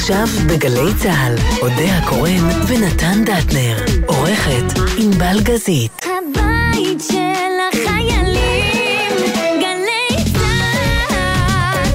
עכשיו בגלי צהל, אודיה קורן ונתן דטנר, עורכת ענבל גזית. הבית של החיילים, גלי צהל.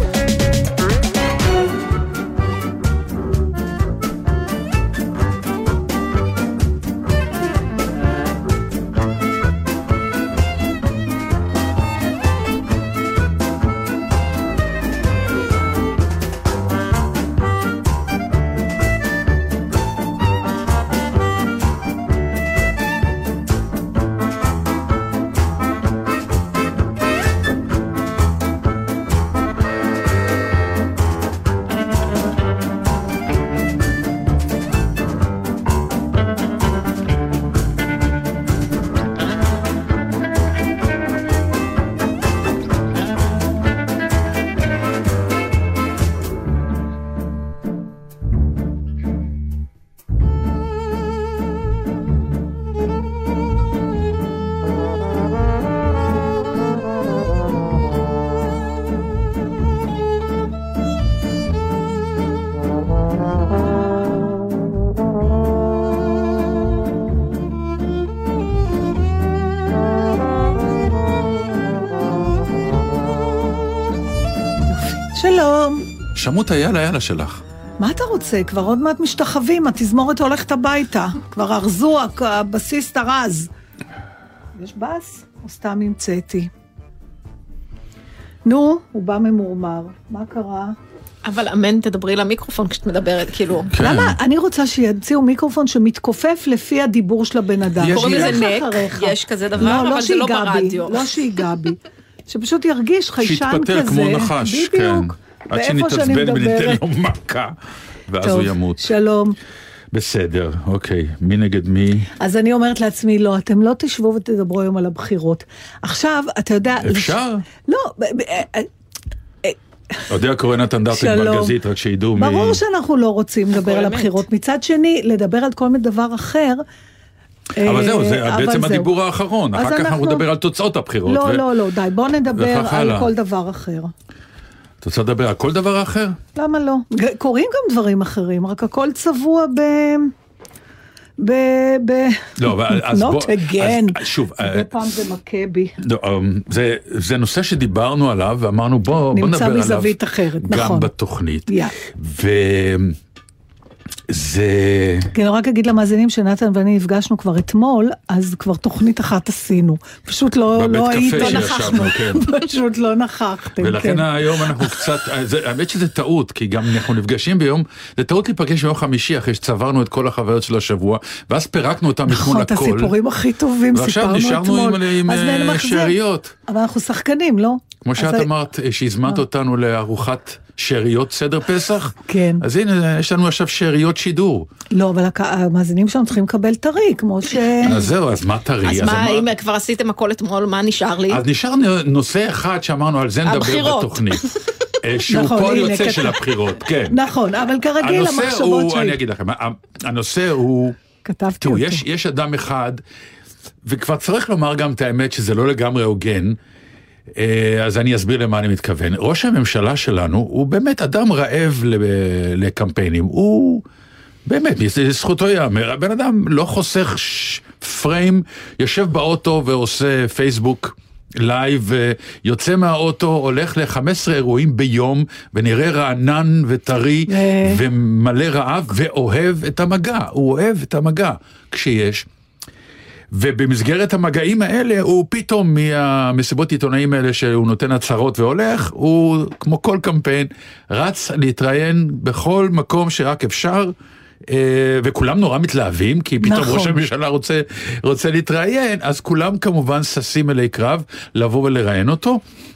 שלום. שמות היאללה שלך. מה אתה רוצה? כבר עוד מעט משתחווים, התזמורת הולכת הביתה. כבר ארזו, הבסיס תרז. יש בס? או סתם המצאתי? נו, הוא בא ממורמר. מה קרה? אבל אמן, תדברי למיקרופון כשאת מדברת, כאילו. כן. למה? אני רוצה שיציעו מיקרופון שמתכופף לפי הדיבור של הבן אדם. קוראים לזה נק, אחריך. יש כזה דבר, אבל זה לא ברדיו. לא שיגע בי. שפשוט ירגיש חיישן כזה. שיתפטר כמו נחש, כן. עד שנתעצבן וניתן לו מכה, ואז הוא ימות. שלום. בסדר, אוקיי. מי נגד מי? אז אני אומרת לעצמי, לא, אתם לא תשבו ותדברו היום על הבחירות. עכשיו, אתה יודע... אפשר? לא, אודיה קורן נתן דטנר בגזית, רק שידעו מי... ברור שאנחנו לא רוצים לדבר על הבחירות. מצד שני, לדבר על כל מיני דבר אחר... אבל זהו, זה בעצם הדיבור האחרון. אחר כך אנחנו נדבר על תוצאות הבחירות. לא, די, בוא נדבר על כל דבר אחר. אתה רוצה לדבר על כל דבר אחר? למה לא? קוראים גם דברים אחרים, רק הכל צבוע לא, אז בוא... not again. שוב... פעם זה מכה בי. זה נושא שדיברנו עליו, ואמרנו בוא נדבר עליו... נמצא מזווית אחרת, נכון. גם בתוכנית. זה... כן, רק אגיד למאזינים שנתן ואני נפגשנו כבר אתמול, אז כבר תוכנית אחת עשינו. פשוט לא הייתם. בבית קפה שישבנו, כן. פשוט לא נכחתם, ולכן היום אנחנו קצת, האמת שזה טעות, כי גם אנחנו נפגשים ביום, זה טעות להיפגש ביום חמישי, אחרי שצברנו את כל החוויות של השבוע, ואז פירקנו אותם מכון הכל. נכון, את הסיפורים הכי טובים סיפרנו אתמול. ועכשיו נשארנו עם שאריות. אבל אנחנו שחקנים, לא? כמו שאת אמרת, שהזמנת אותנו לארוחת שאריות סדר פסח, כן. אז הנה, יש לנו עכשיו שאריות שידור. לא, אבל המאזינים שלנו צריכים לקבל טרי, כמו ש... אז זהו, אז מה טרי? אז מה, אם כבר עשיתם הכל אתמול, מה נשאר לי? אז נשאר נושא אחד שאמרנו, על זה נדבר בתוכנית. שהוא פועל יוצא של הבחירות, כן. נכון, אבל כרגיל המחשבות שלי. אני אגיד לכם, הנושא הוא... כתבתי אותו. יש אדם אחד, וכבר צריך לומר גם את האמת שזה לא לגמרי הוגן, אז אני אסביר למה אני מתכוון. ראש הממשלה שלנו הוא באמת אדם רעב לקמפיינים. הוא באמת, זכותו יאמר, הבן אדם לא חוסך פריים, יושב באוטו ועושה פייסבוק לייב, יוצא מהאוטו, הולך ל-15 אירועים ביום, ונראה רענן וטרי ומלא רעב, ואוהב את המגע. הוא אוהב את המגע כשיש. ובמסגרת המגעים האלה, הוא פתאום מהמסיבות עיתונאים האלה שהוא נותן הצהרות והולך, הוא כמו כל קמפיין, רץ להתראיין בכל מקום שרק אפשר, וכולם נורא מתלהבים, כי פתאום ראש הממשלה רוצה להתראיין, אז כולם כמובן ססים אלי קרב, לבוא ולראיין אותו,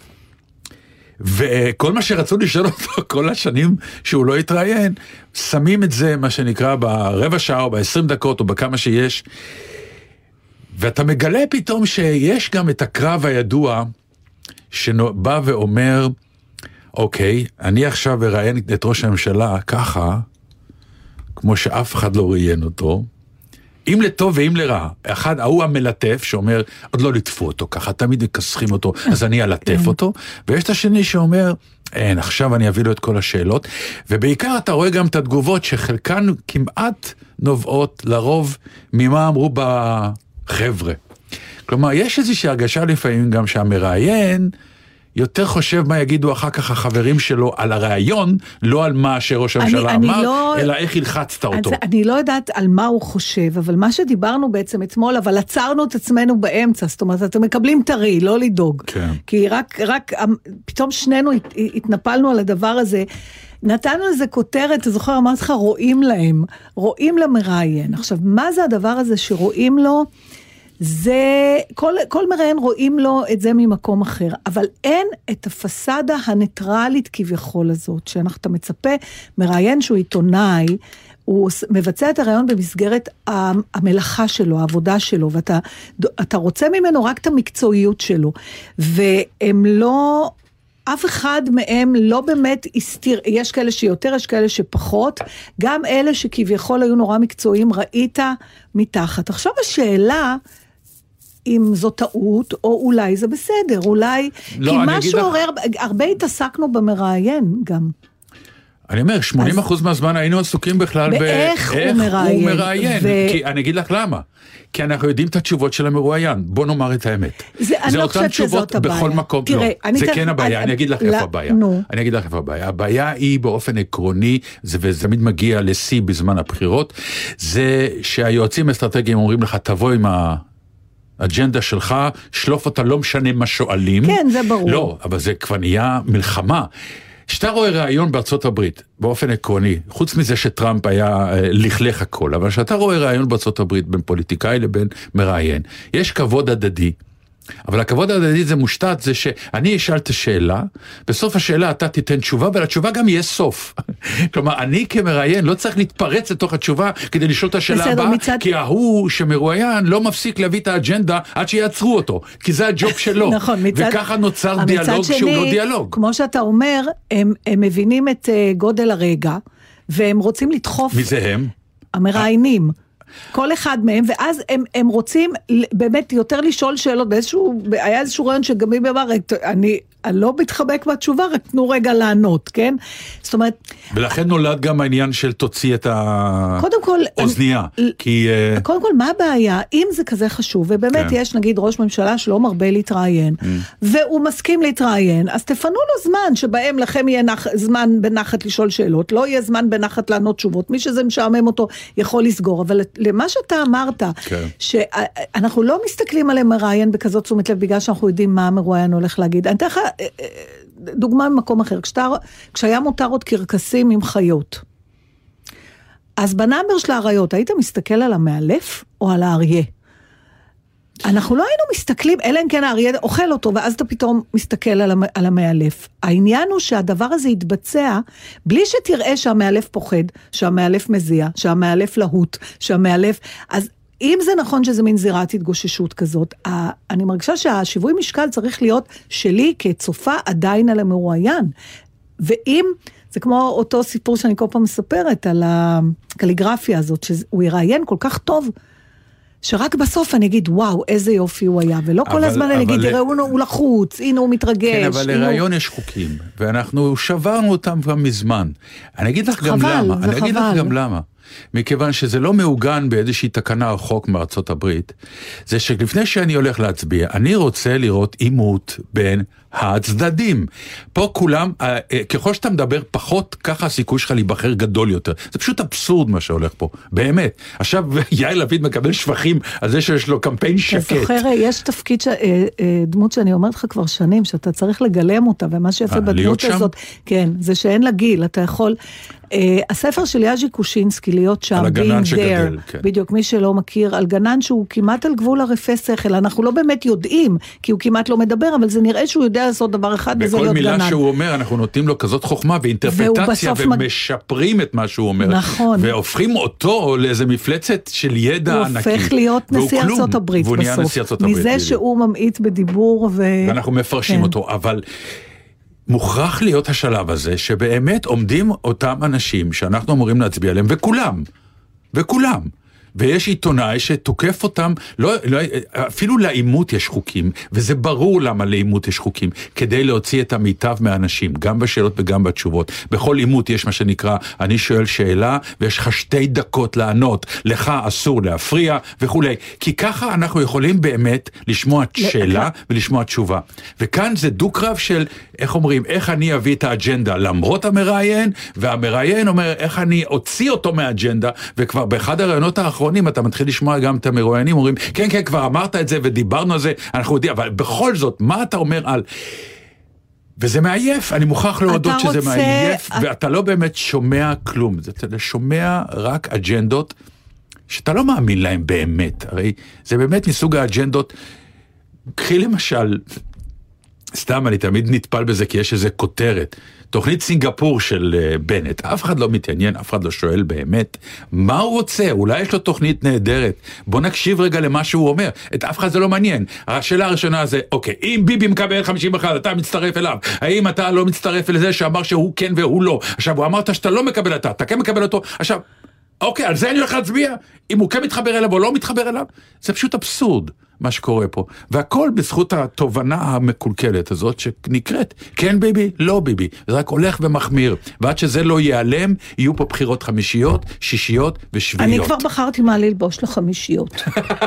וכל מה שרצו לשאול אותו כל השנים שהוא לא התראיין, שמים את זה, מה שנקרא, ברבע שעה או ב-20 דקות או בכמה שיש, ואתה מגלה פתאום שיש גם את הקרב הידוע שבא ואומר, אוקיי, אני עכשיו אראיין את ראש הממשלה ככה, כמו שאף אחד לא ראיין אותו, אם לטוב ואם לרע. אחד, ההוא המלטף שאומר, עוד לא לטפו אותו ככה, תמיד מכסחים אותו, אז אני אלטף אותו, ויש את השני שאומר, אין, עכשיו אני אביא לו את כל השאלות, ובעיקר אתה רואה גם את התגובות שחלקן כמעט נובעות לרוב ממה אמרו בחבר'ה. כלומר, יש איזושהי הרגשה לפעמים גם שהמראיין יותר חושב מה יגידו אחר כך החברים שלו על הרעיון, לא על מה שראש הממשלה אמר, אלא איך הלחצת אותו. אני לא יודעת על מה הוא חושב, אבל מה שדיברנו בעצם אתמול, אבל עצרנו את עצמנו באמצע, זאת אומרת, אתם מקבלים טרי, לא לדאוג. כן. כי רק פתאום שנינו התנפלנו על הדבר הזה, נתנו לזה כותרת, אתה זוכר, אמרתי לך, רואים למראיין. עכשיו, מה זה הדבר הזה שרואים לו? זה, כל מראיין רואים לו את זה ממקום אחר, אבל אין את הפסדה הניטרלית כביכול הזאת, שאתה מצפה, מראיין שהוא עיתונאי, הוא מבצע את הרעיון במסגרת המלאכה שלו, העבודה שלו, ואתה רוצה ממנו רק את המקצועיות שלו, והם לא, אף אחד מהם לא באמת הסתיר, יש כאלה שיותר, יש כאלה שפחות, גם אלה שכביכול היו נורא מקצועיים, ראית מתחת. עכשיו השאלה, אם זו טעות, או אולי זה בסדר, אולי, לא, כי משהו עורר, הרבה התעסקנו במראיין גם. אני אומר, 80% מהזמן היינו עסוקים בכלל באיך הוא מראיין. כי אני אגיד לך למה. כי אנחנו יודעים את התשובות של המרואיין. בוא נאמר את האמת. זה אותן תשובות בכל מקום. תראה, לא, זה כן הבעיה. אני אגיד לך איפה הבעיה. אני אגיד לך איפה הבעיה. הבעיה היא באופן עקרוני, וזה תמיד מגיע לשיא בזמן הבחירות, זה שהיועצים האסטרטגיים אומרים לך, תבוא עם האג'נדה שלך, שלוף אותה, לא משנה מה שואלים. כן, זה ברור. לא, אבל זה כבר נהיה מלחמה. שאתה רואה רעיון בארצות הברית, באופן עקרוני, חוץ מזה שטראמפ היה לכלך הכל, אבל שאתה רואה רעיון בארצות הברית בין פוליטיקאי לבין מראיין, יש כבוד הדדי, אבל הכבוד הדדי זה מושתת, זה שאני אשאל את השאלה, בסוף השאלה אתה תיתן תשובה, ולתשובה גם יהיה סוף. כלומר, אני כמראיין לא צריך להתפרץ לתוך התשובה, כדי לשאול את השאלה הבאה, כי ההוא שמרואיין לא מפסיק להביא את האג'נדה, עד שיעצרו אותו, כי זה הג'וב שלו. נכון, וככה נוצר דיאלוג שהוא לא דיאלוג. כמו שאתה אומר, הם מבינים את גודל הרגע, והם רוצים לדחוף... מי זה הם? המראיינים. כל אחד מהם, ואז הם רוצים באמת יותר לשאול שאלות, היה איזשהו רעיון שגמי אמר, אני לא מתחבק בתשובה, רק תנו רגע לענות, כן? זאת אומרת... ולכן נולד גם העניין של תוציא את האוזנייה, כי... קודם כל, מה הבעיה? אם זה כזה חשוב, ובאמת יש נגיד ראש ממשלה שלא מרבה להתראיין, והוא מסכים להתראיין, אז תפנו לו זמן, שבהם לכם יהיה זמן בנחת לשאול שאלות, לא יהיה זמן בנחת לענות תשובות, מי שזה משעמם אותו יכול לסגור, אבל למה שאתה אמרת, שאנחנו לא מסתכלים עליהם מראיין בכזאת תשומת לב, בגלל שאנחנו יודעים מה המרואיין הולך להגיד. אני תכף דוגמה ממקום אחר, כשהיה מותר עוד קרקסים עם חיות, אז בנאמבר של האריות, היית מסתכל על המאלף או על האריה? אנחנו לא היינו מסתכלים, אלא אם כן האריה אוכל אותו, ואז אתה פתאום מסתכל על המאלף. העניין הוא שהדבר הזה יתבצע, בלי שתראה שהמאלף פוחד, שהמאלף מזיע, שהמאלף להוט, שהמאלף... אז אם זה נכון שזה מין זירת התגוששות כזאת, אני מרגישה שהשיווי משקל צריך להיות שלי כצופה עדיין על המרואיין. ואם, זה כמו אותו סיפור שאני כל פעם מספרת על הקליגרפיה הזאת, שהוא יראיין כל כך טוב, שרק בסוף אני אגיד, וואו, איזה יופי הוא היה, ולא כל הזמן אני אגיד, תראה, הוא לחוץ, הנה הוא מתרגש. כן, אבל לרעיון יש חוקים, ואנחנו שברנו אותם כבר מזמן. אני אגיד לך גם למה. אני אגיד לך גם למה. מכיוון שזה לא מעוגן באיזושהי תקנה או חוק מארצות הברית, זה שלפני שאני הולך להצביע, אני רוצה לראות עימות בין הצדדים. פה כולם, ככל שאתה מדבר פחות, ככה הסיכוי שלך להיבחר גדול יותר. זה פשוט אבסורד מה שהולך פה, באמת. עכשיו יאיר לפיד מקבל שבחים על זה שיש לו קמפיין שקט. אתה זוכר, יש תפקיד, דמות שאני אומרת לך כבר שנים, שאתה צריך לגלם אותה, ומה שיפה בדמות הזאת, כן, זה שאין לה גיל, אתה יכול... הספר של יאז'י קושינסקי, להיות שם, על הגנן שגדל, כן. בדיוק, מי שלא מכיר, על גנן שהוא כמעט על גבול הרפי שכל, אנחנו לא באמת יודעים, כי הוא כמעט לא מדבר, אבל זה נראה שהוא יודע לעשות דבר אחד, וזה להיות גנן. בכל מילה שהוא אומר, אנחנו נותנים לו כזאת חוכמה ואינטרפרטציה, ומשפרים את מה שהוא אומר. נכון. והופכים אותו לאיזה מפלצת של ידע ענקי. הוא הופך להיות נשיא ארצות הברית בסוף. מזה שהוא ממעיט בדיבור ואנחנו מפרשים אותו, אבל... מוכרח להיות השלב הזה, שבאמת עומדים אותם אנשים שאנחנו אמורים להצביע עליהם, וכולם, ויש עיתונאי שתוקף אותם, אפילו לאימות יש חוקים, וזה ברור למה לאימות יש חוקים, כדי להוציא את המיטב מהאנשים, גם בשאלות וגם בתשובות. בכל אימות יש מה שנקרא, אני שואל שאלה, ויש לך 2 דקות לענות, לך אסור להפריע וכו'. כי ככה אנחנו יכולים באמת לשמוע שאלה ולשמוע תשובה. וכאן זה דו-קרב של, איך אומרים, איך אני אביא את האג'נדה למרות המראיין, והמראיין אומר, איך אני אוציא אותו מהאג'נדה, וכבר באחד הרעיונות האחרונים אתה מתחיל לשמוע גם את המרואיינים, אומרים, כן, כן, כבר אמרת את זה ודיברנו על זה, אנחנו יודעים, אבל בכל זאת, מה אתה אומר על... וזה מעייף, אני מוכרח להודות שזה מעייף, ואתה לא באמת שומע כלום, אתה שומע רק אג'נדות שאתה לא מאמין להם באמת, הרי זה באמת מסוג האג'נדות, קחי למשל, סתם אני תמיד נטפל בזה כי יש איזה כותרת, תוכנית סינגפור של בנט, אף אחד לא מתעניין, אף אחד לא שואל באמת, מה הוא רוצה? אולי יש לו תוכנית נהדרת, בוא נקשיב רגע למה שהוא אומר, את אף אחד זה לא מעניין. השאלה הראשונה זה, אוקיי, אם ביבי מקבל 51, אתה מצטרף אליו, האם אתה לא מצטרף אל זה שאמר שהוא כן והוא לא, עכשיו הוא אמרת שאתה לא מקבל אתה כן מקבל אותו, עכשיו, אוקיי, על זה אני הולך להצביע, אם הוא כן מתחבר אליו או לא מתחבר אליו, זה פשוט אבסורד מה שקורה פה, והכל בזכות התובנה המקולקלת הזאת שנקראת, כן ביבי, לא ביבי, זה רק הולך ומחמיר, ועד שזה לא ייעלם, יהיו פה בחירות חמישיות, שישיות ושביעיות. אני כבר בחרתי מה ללבוש לחמישיות.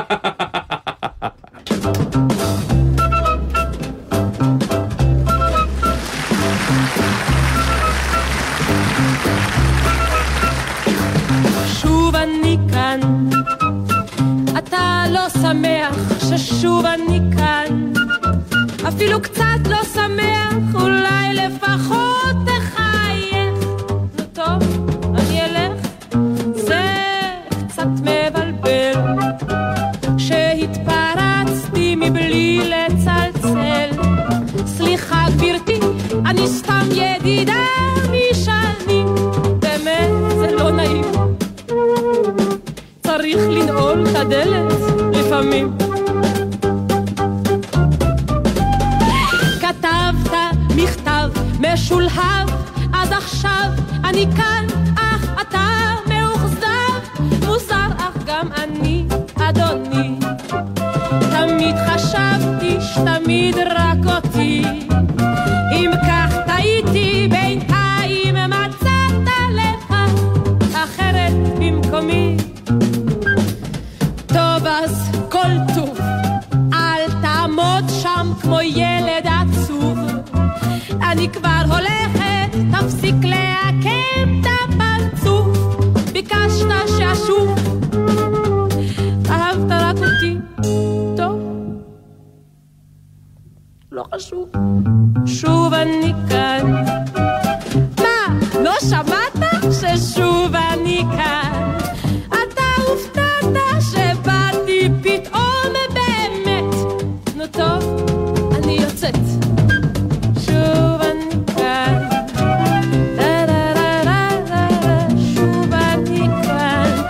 שוב אני כאן, אתה לא שמח ששוב אני כאן, אפילו קצת לא שמח, אולי לפחות תחייך. נו טוב, אני אלך, זה קצת מבלבל, שהתפרצתי מבלי לצלצל. סליחה גבירתי, אני סתם ידידה משנים, באמת זה לא נעים, צריך לנעול את הדלת לפעמים. כתבת מכתב משולהב, אז עכשיו אני כאן, אך אתה מאוכזב. מוזר אך גם אני, אדוני, תמיד חשבתי שתמיד רק אותי. אם כך טעיתי, בינתיים מצאת לך אחרת במקומי. טוב אז כל טוב, אל תעמוד שם כמו ילד עצוב, אני כבר הולכת, תפסיק להקם את הפרצוף. ביקשת שאשוב, אהבת רק אותי, טוב, לא חשוב, שוב אני כאן. מה, לא שמעת ששוב אני כאן? אתה הופתעת שבאתי פתאום באמת. נו טוב, אני יוצאת, שוב אני כאן, שוב אני כאן,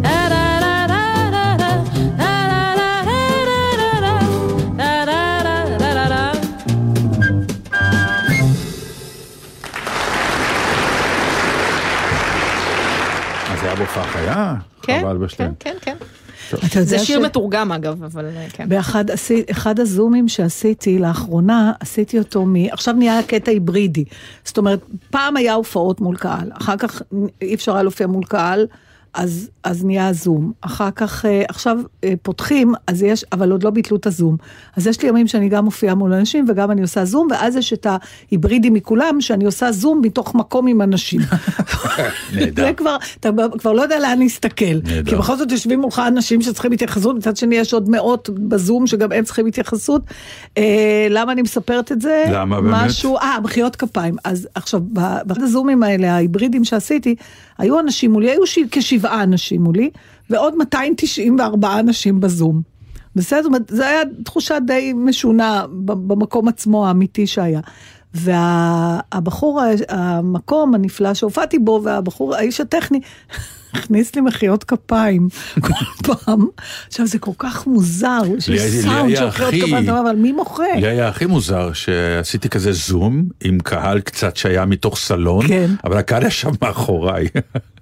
אז זה היה בופח היה? כן, חבל בשלם. כן, כן, כן. זה שיר מתורגם אגב, אבל כן. באחד הזומים שעשיתי לאחרונה, עשיתי אותו עכשיו נהיה קטע היברידי. זאת אומרת, פעם היה הופעות מול קהל, אחר כך אי אפשר היה להופיע מול קהל, אז נהיה הזום. אחר כך, עכשיו פותחים, אז יש, אבל עוד לא ביטלו את הזום. אז יש לי ימים שאני גם מופיעה מול אנשים, וגם אני עושה זום, ואז יש את ההיברידי מכולם, שאני עושה זום מתוך מקום עם אנשים. נהדר. זה אתה כבר לא יודע לאן להסתכל. כי בכל זאת יושבים מולך אנשים שצריכים התייחסות, מצד שני יש עוד מאות בזום, שגם הם צריכים התייחסות. למה אני מספרת את זה? למה באמת? מחיאות כפיים. אז עכשיו, באחד הזומים האלה, ההיברידים שעשיתי, היו אנשים מולי, היו כ7 אנשים מולי, ועוד 294 אנשים בזום. בסדר? זאת אומרת, זה היה תחושה די משונה במקום עצמו האמיתי שהיה. והבחור, המקום הנפלא שהופעתי בו, והבחור, האיש הטכני, הכניס לי מחיאות כפיים כל פעם. עכשיו זה כל כך מוזר, שיש סאונד של מחיאות כפיים, אבל מי מוכר? לי היה הכי מוזר שעשיתי כזה זום עם קהל קצת שהיה מתוך סלון, אבל הקהל ישב מאחוריי.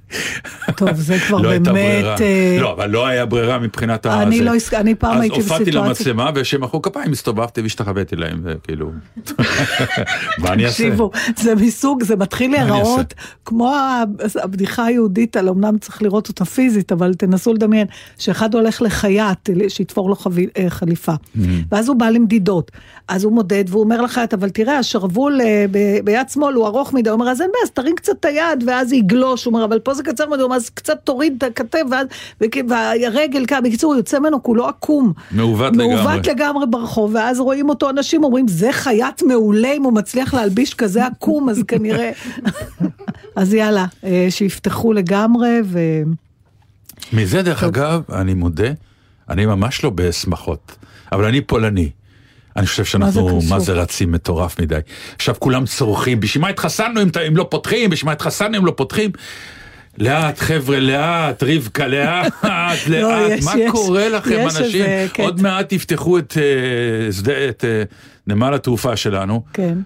טוב, זה כבר לא הייתה באמת... ברירה. לא, אבל לא היה ברירה מבחינת אני פעם הייתי אז הופעתי בסיטואציה... למצלמה, ושמחאו כפיים, הסתובבתי והשתחוויתי להם, וכאילו... מה אני אעשה? תקשיבו, זה מסוג, זה מתחיל להיראות, כמו הבדיחה היהודית, על אמנם צריך לראות אותה פיזית, אבל תנסו לדמיין, שאחד הולך לחייט, שיתפור לו חליפה, ואז הוא בא למדידות, אז הוא מודד, והוא אומר לחייט, אבל תראה, השרוול ביד שמאל הוא ארוך מדי, הוא אומר, אז אין בעיה, תרים קצת את היד, ואז יגלוש, הוא אומר, אבל פה זה קצר מדי, הוא אומר, אז קצת תוריד את הכתב, והרגל, בקיצור, הוא יוצא ממנו, כולו עקום. מעוות לגמרי ברחוב, ואז רואים אותו אנשים, אומרים, זה חייט מעולה, אם הוא מצליח להלביש כזה עקום, אז כנראה... אז יאללה, שיפתחו לגמרי, מזה דרך אגב, אני מודה, אני ממש לא בשמחות, אבל אני פולני. אני חושב שאנחנו, מה זה רצים מטורף מדי. עכשיו כולם צורכים, בשביל מה התחסנו אם לא פותחים, בשביל מה התחסנו אם לא פותחים. לאט חבר'ה, לאט, רבקה, לאט, מה קורה לכם אנשים? עוד מעט יפתחו את נמל התעופה שלנו,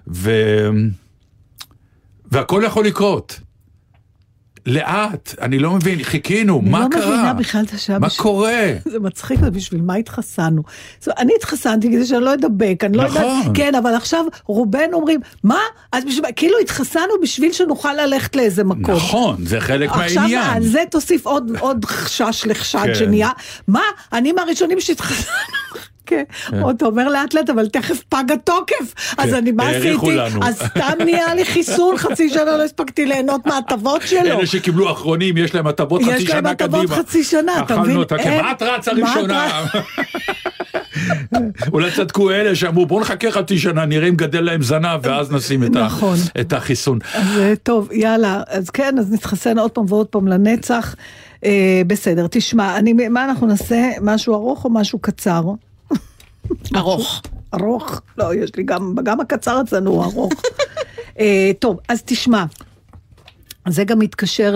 והכל יכול לקרות. לאט, אני לא מבין, חיכינו, מה קרה? אני לא מבינה בכלל את השעה. מה קורה? זה מצחיק, בשביל מה התחסנו? אני התחסנתי כדי שאני לא אדבק, אני לא יודעת, כן, אבל עכשיו רובנו אומרים, מה? אז כאילו התחסנו בשביל שנוכל ללכת לאיזה מקום. נכון, זה חלק מהעניין. עכשיו על זה תוסיף עוד חשש לחשד שנהיה, מה? אני מהראשונים שהתחסנו. כן, אתה אומר לאט לאט, אבל תכף פג התוקף, אז אני מה עשיתי? אז סתם נהיה לי חיסון, חצי שנה לא הספקתי ליהנות מהטבות שלו. אלה שקיבלו אחרונים, יש להם הטבות חצי שנה קדימה. יש להם הטבות חצי שנה, אתה מבין? אכלנו אותה, כמעט רצה ראשונה. אולי צדקו אלה שאמרו, בואו נחכה חצי שנה, נראה אם גדל להם זנב, ואז נשים את החיסון. אז טוב, יאללה, אז כן, אז נתחסן עוד פעם ועוד פעם לנצח. בסדר, תשמע, מה אנחנו נעשה? משהו ארוך או משהו קצר? ארוך? לא, יש לי גם הקצר אצלנו הוא ארוך. טוב, אז תשמע, זה גם מתקשר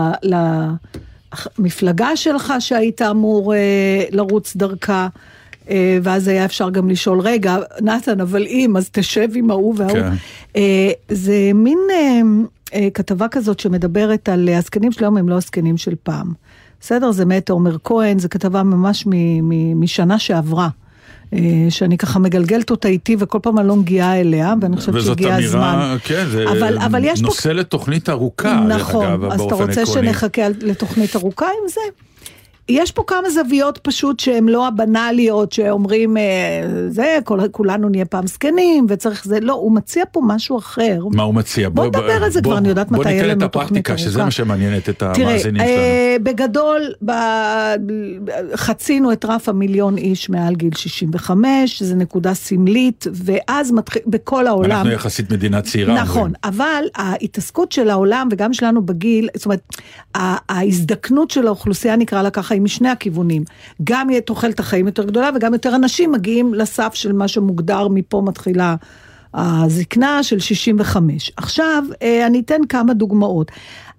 למפלגה שלך שהיית אמור לרוץ דרכה, ואז היה אפשר גם לשאול, רגע, נתן, אבל אם, אז תשב עם ההוא וההוא. זה מין כתבה כזאת שמדברת על הזקנים של היום, הם לא הזקנים של פעם. בסדר, זה מאת עומר כהן, זה כתבה ממש משנה שעברה. שאני ככה מגלגלת אותה איתי, וכל פעם אני לא מגיעה אליה, ואני חושבת שהגיע הזמן. כן, זה נושא לתוכנית ארוכה. נכון, אז אתה רוצה שנחכה לתוכנית ארוכה עם זה? יש פה כמה זוויות פשוט שהן לא הבנליות, שאומרים, כולנו נהיה פעם סקנים, וצריך זה, לא, הוא מציע פה משהו אחר. מה הוא מציע? בוא נדבר על זה כבר, אני יודעת מתי יהיה לנו תוכנית ארוכה. בוא ניתן את הפרקטיקה, שזה מה שמעניינת את המאזינים שלנו. תראה, בגדול, חצינו את רף 1,000,000 איש מעל גיל 65, זה נקודה סמלית, ואז בכל העולם... אנחנו יחסית מדינה צעירה. נכון, אבל ההתעסקות של העולם, וגם שלנו בגיל, זאת אומרת, ההזדקנות של האוכלוסייה נקרא לה ככה, משני הכיוונים, גם תוחלת החיים יותר גדולה, וגם יותר אנשים מגיעים לסף של מה שמוגדר מפה מתחילה הזקנה של 65. עכשיו, אני אתן כמה דוגמאות.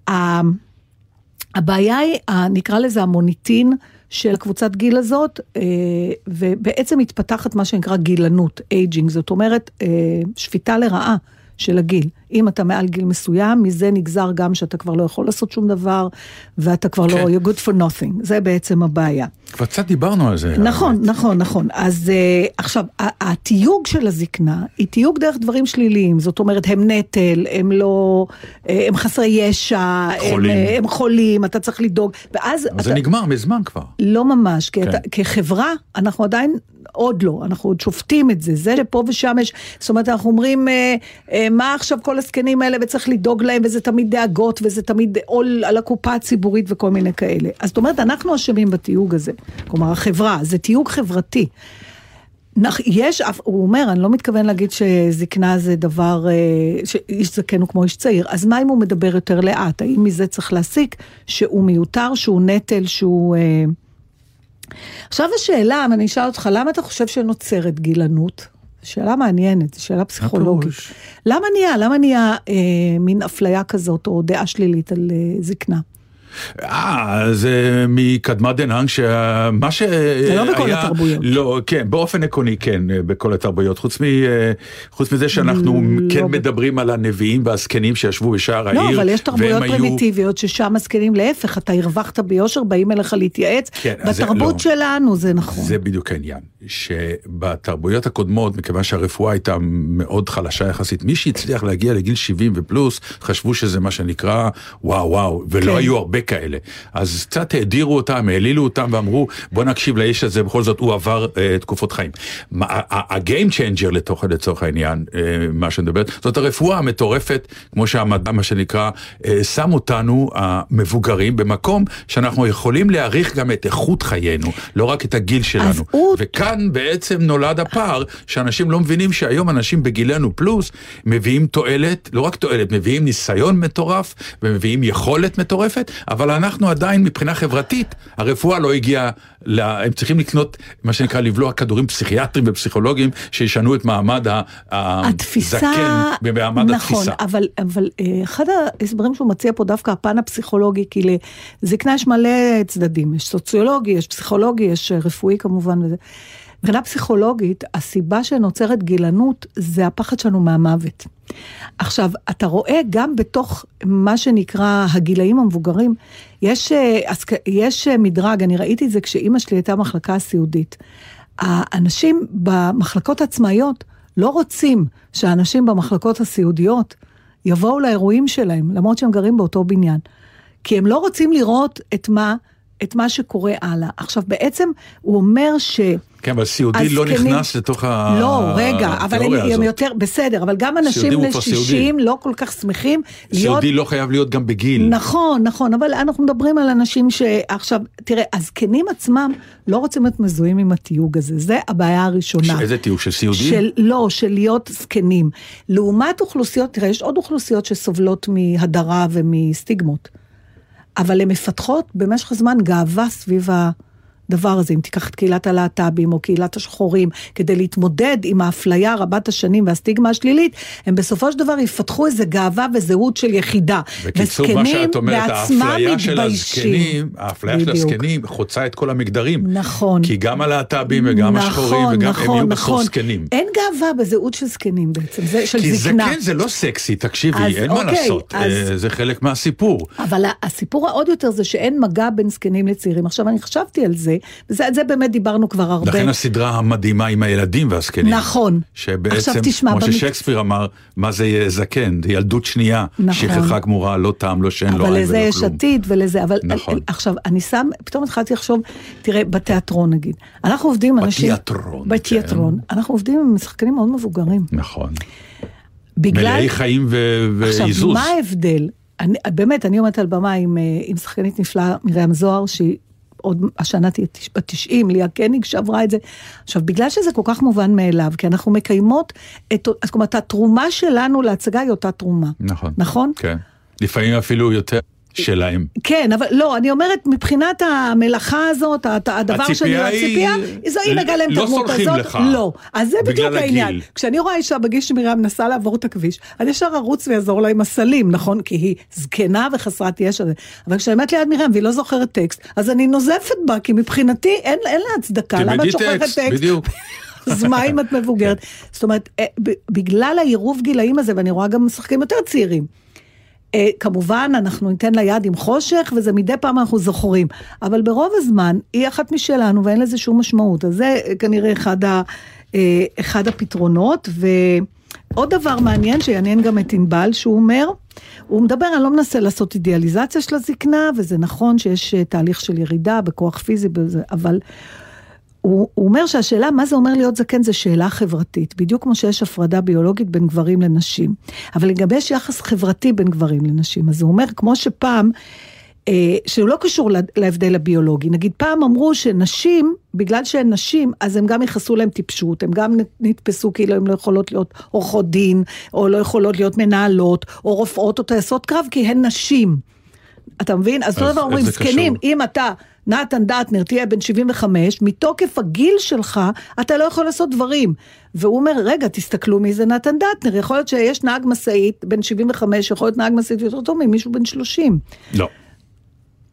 הבעיה היא, נקרא לזה המוניטין של קבוצת גיל הזאת, ובעצם מתפתחת מה שנקרא גילנות, אייג'ינג, זאת אומרת, שפיטה לרעה של הגיל. אם אתה מעל גיל מסוים, מזה נגזר גם שאתה כבר לא יכול לעשות שום דבר, ואתה כבר לא, you're good for nothing. זה בעצם הבעיה. כבר קצת דיברנו על זה. נכון. אז עכשיו, התיוג של הזקנה, היא תיוג דרך דברים שליליים. זאת אומרת, הם נטל, הם לא, הם חסרי ישע, הם חולים, אתה צריך לדאוג. ואז... זה נגמר מזמן כבר. לא ממש, כחברה, אנחנו עדיין... עוד לא, אנחנו עוד שופטים את זה, זה שפה ושם יש, זאת אומרת, אנחנו אומרים, מה עכשיו כל הסקנים האלה, וצריך לדאוג להם, וזה תמיד דאגות, וזה תמיד עול על הקופה הציבורית, וכל מיני כאלה. אז זאת אומרת, אנחנו אשמים בתיוג הזה, כלומר, החברה, זה תיוג חברתי. הוא אומר, אני לא מתכוון להגיד שזקנה זה דבר, שאיש זקן הוא כמו איש צעיר, אז מה אם הוא מדבר יותר לאט? האם מזה צריך להסיק שהוא מיותר, שהוא נטל, שהוא... עכשיו השאלה, אני אשאל אותך, למה אתה חושב שנוצרת גילנות? שאלה מעניינת, שאלה פסיכולוגית. למה נהיה מין אפליה כזאת, או דעה שלילית על זקנה? זה מקדמה דנן, שמה שהיה... זה לא בכל התרבויות. לא, כן, באופן עקרוני כן, בכל התרבויות. חוץ מזה שאנחנו כן מדברים על הנביאים והזקנים שישבו בשער העיר. לא, אבל יש תרבויות פרימיטיביות ששם הזקנים להפך, אתה הרווחת ביושר, באים אליך להתייעץ. בתרבות שלנו זה נכון. זה בדיוק העניין, שבתרבויות הקודמות, מכיוון שהרפואה הייתה מאוד חלשה יחסית, מי שהצליח להגיע לגיל 70 ופלוס, חשבו שזה מה שנקרא וואו, ולא היו הרבה כאלה. אז קצת הדירו אותם, העלילו אותם ואמרו, בוא נקשיב לאיש הזה, בכל זאת הוא עבר תקופות חיים. ה-game changer לצורך העניין, מה שנדברת, זאת הרפואה המטורפת, כמו שהמדע, מה שנקרא, שם אותנו המבוגרים במקום שאנחנו יכולים להעריך גם את איכות חיינו, לא רק את הגיל שלנו. וכאן בעצם נולד הפער, שאנשים לא מבינים שהיום אנשים בגילנו פלוס, מביאים תועלת, לא רק תועלת, מביאים ניסיון מטורף, ומביאים יכולת מטורפת, אבל אנחנו עדיין מבחינה חברתית, הרפואה לא הגיעה, הם צריכים לקנות, מה שנקרא, לבלוע כדורים פסיכיאטרים ופסיכולוגיים, שישנו את מעמד הזקן, במעמד התפיסה. נכון, אבל אחד ההסברים שהוא מציע פה דווקא הפן הפסיכולוגי, כי לזקנה יש מלא צדדים, יש סוציולוגי, יש פסיכולוגי, יש רפואי כמובן, וזה. מבחינה פסיכולוגית, הסיבה שנוצרת גילנות, זה הפחד שלנו מהמוות. עכשיו, אתה רואה גם בתוך מה שנקרא הגילאים המבוגרים, יש מדרג, אני ראיתי את זה כשאמא שלי הייתה מחלקה סיעודית. האנשים במחלקות עצמאיות לא רוצים שהאנשים במחלקות הסיעודיות יבואו לאירועים שלהם, למרות שהם גרים באותו בניין. כי הם לא רוצים לראות את מה שקורה הלאה. עכשיו, בעצם הוא אומר כן, אבל סיעודי לא נכנס לתוך לא, רגע, אבל הם יותר, בסדר, אבל גם אנשים ל-60 לא כל כך שמחים להיות... סיעודי לא חייב להיות גם בגיל. נכון, אבל אנחנו מדברים על אנשים שעכשיו, תראה, הזקנים עצמם לא רוצים להיות מזוהים עם התיוג הזה, זה הבעיה הראשונה. איזה תיוג, של סיעודי? לא, של להיות זקנים. לעומת אוכלוסיות, תראה, יש עוד אוכלוסיות שסובלות מהדרה ומסטיגמות, אבל הן מפתחות במשך הזמן גאווה סביב הדבר הזה, אם תיקח את קהילת הלהט"בים או קהילת השחורים, כדי להתמודד עם האפליה רבת השנים והסטיגמה השלילית, הם בסופו של דבר יפתחו איזה גאווה וזהות של יחידה. בקיצור, מה שאת אומרת, האפליה של הזקנים, האפליה של הזקנים חוצה את כל המגדרים. נכון. כי גם הלהט"בים וגם השחורים וגם הם יהיו בסוף זקנים. אין גאווה בזהות של זקנים בעצם, זה של כי זקנה. כי זקן זה לא סקסי, תקשיבי, אין מה לעשות, זה חלק מהסיפור. אבל הסיפור העוד יותר זה שאין מגע בין זקנים לצעירים. עכשיו אני חשבתי על זה, וזה באמת דיברנו כבר הרבה. לכן הסדרה המדהימה עם הילדים והזקנים. נכון. שבעצם, כמו ששייקספיר אמר, מה זה זקן? זה ילדות שנייה, שכחה גמורה, לא טעם, לא שן, לא עין ולא כלום. אבל לזה יש עתיד ולזה, אבל עכשיו, אני פתאום התחלתי לחשוב, תראה, בתיאטרון נגיד, אנחנו עובדים עם אנשים... בתיאטרון. אנחנו עובדים עם שחקנים מאוד מבוגרים. נכון. מלאי חיים ואיזוז. עכשיו, מה ההבדל? באמת, אני עומדת על במה עם שחקנית נפלאה, מרים זוהר, שהיא עוד השנה תהיה ב-90, ליה קניג שעברה את זה. עכשיו, בגלל שזה כל כך מובן מאליו, כי אנחנו מקיימות זאת אומרת, התרומה שלנו להצגה היא אותה תרומה. נכון. נכון? כן. לפעמים אפילו יותר שלהם. כן, אבל לא, אני אומרת, מבחינת המלאכה הזאת, הדבר שאני הציפייה, היא מגלם את הדמות הזאת. לא סולחים לך. לא. אז זה בדיוק העניין. כשאני רואה אישה בגיל שמרים מנסה לעבור את הכביש, אני ישר ארוץ ויעזור לה עם הסלים, נכון? כי היא זקנה וחסרת ישע. אבל כשאני עומדת ליד מרים והיא לא זוכרת טקסט, אז אני נוזפת בה, כי מבחינתי אין לה הצדקה. למה את שוכחת טקסט? בדיוק. אז מה אם את מבוגרת? זאת אומרת, בגלל העירוב גילאים הזה, ואני רואה גם משחקים יותר צעירים, כמובן אנחנו ניתן לה יד עם חושך, וזה מדי פעם אנחנו זוכרים, אבל ברוב הזמן היא אחת משלנו, ואין לזה שום משמעות, אז זה כנראה אחד הפתרונות. ועוד דבר מעניין, שיעניין גם את ענבל, שהוא אומר, הוא מדבר, אני לא מנסה לעשות אידיאליזציה של הזקנה, וזה נכון שיש תהליך של ירידה בכוח פיזי, אבל הוא אומר שהשאלה, מה זה אומר להיות זקן, זה שאלה חברתית, בדיוק כמו שיש הפרדה ביולוגית בין גברים לנשים, אבל לגבי יש יחס חברתי בין גברים לנשים, אז הוא אומר, כמו שפעם, שהוא לא קשור להבדל הביולוגי, נגיד פעם אמרו שנשים, בגלל שהן נשים, אז הם גם יחסו להם טיפשות, הם גם נתפסו כאילו הם לא יכולות להיות עורכות דין, או לא יכולות להיות מנהלות, או רופאות או טייסות קרב, כי הן נשים. אתה מבין? אז אותו דבר אומרים, זקנים, אם אתה נתן דטנר תהיה בן 75, מתוקף הגיל שלך, אתה לא יכול לעשות דברים. והוא אומר, רגע, תסתכלו מי זה נתן דטנר, יכול להיות שיש נהג מסעית בן 75, יכול להיות נהג מסעית יותר טוב ממישהו בן 30. לא.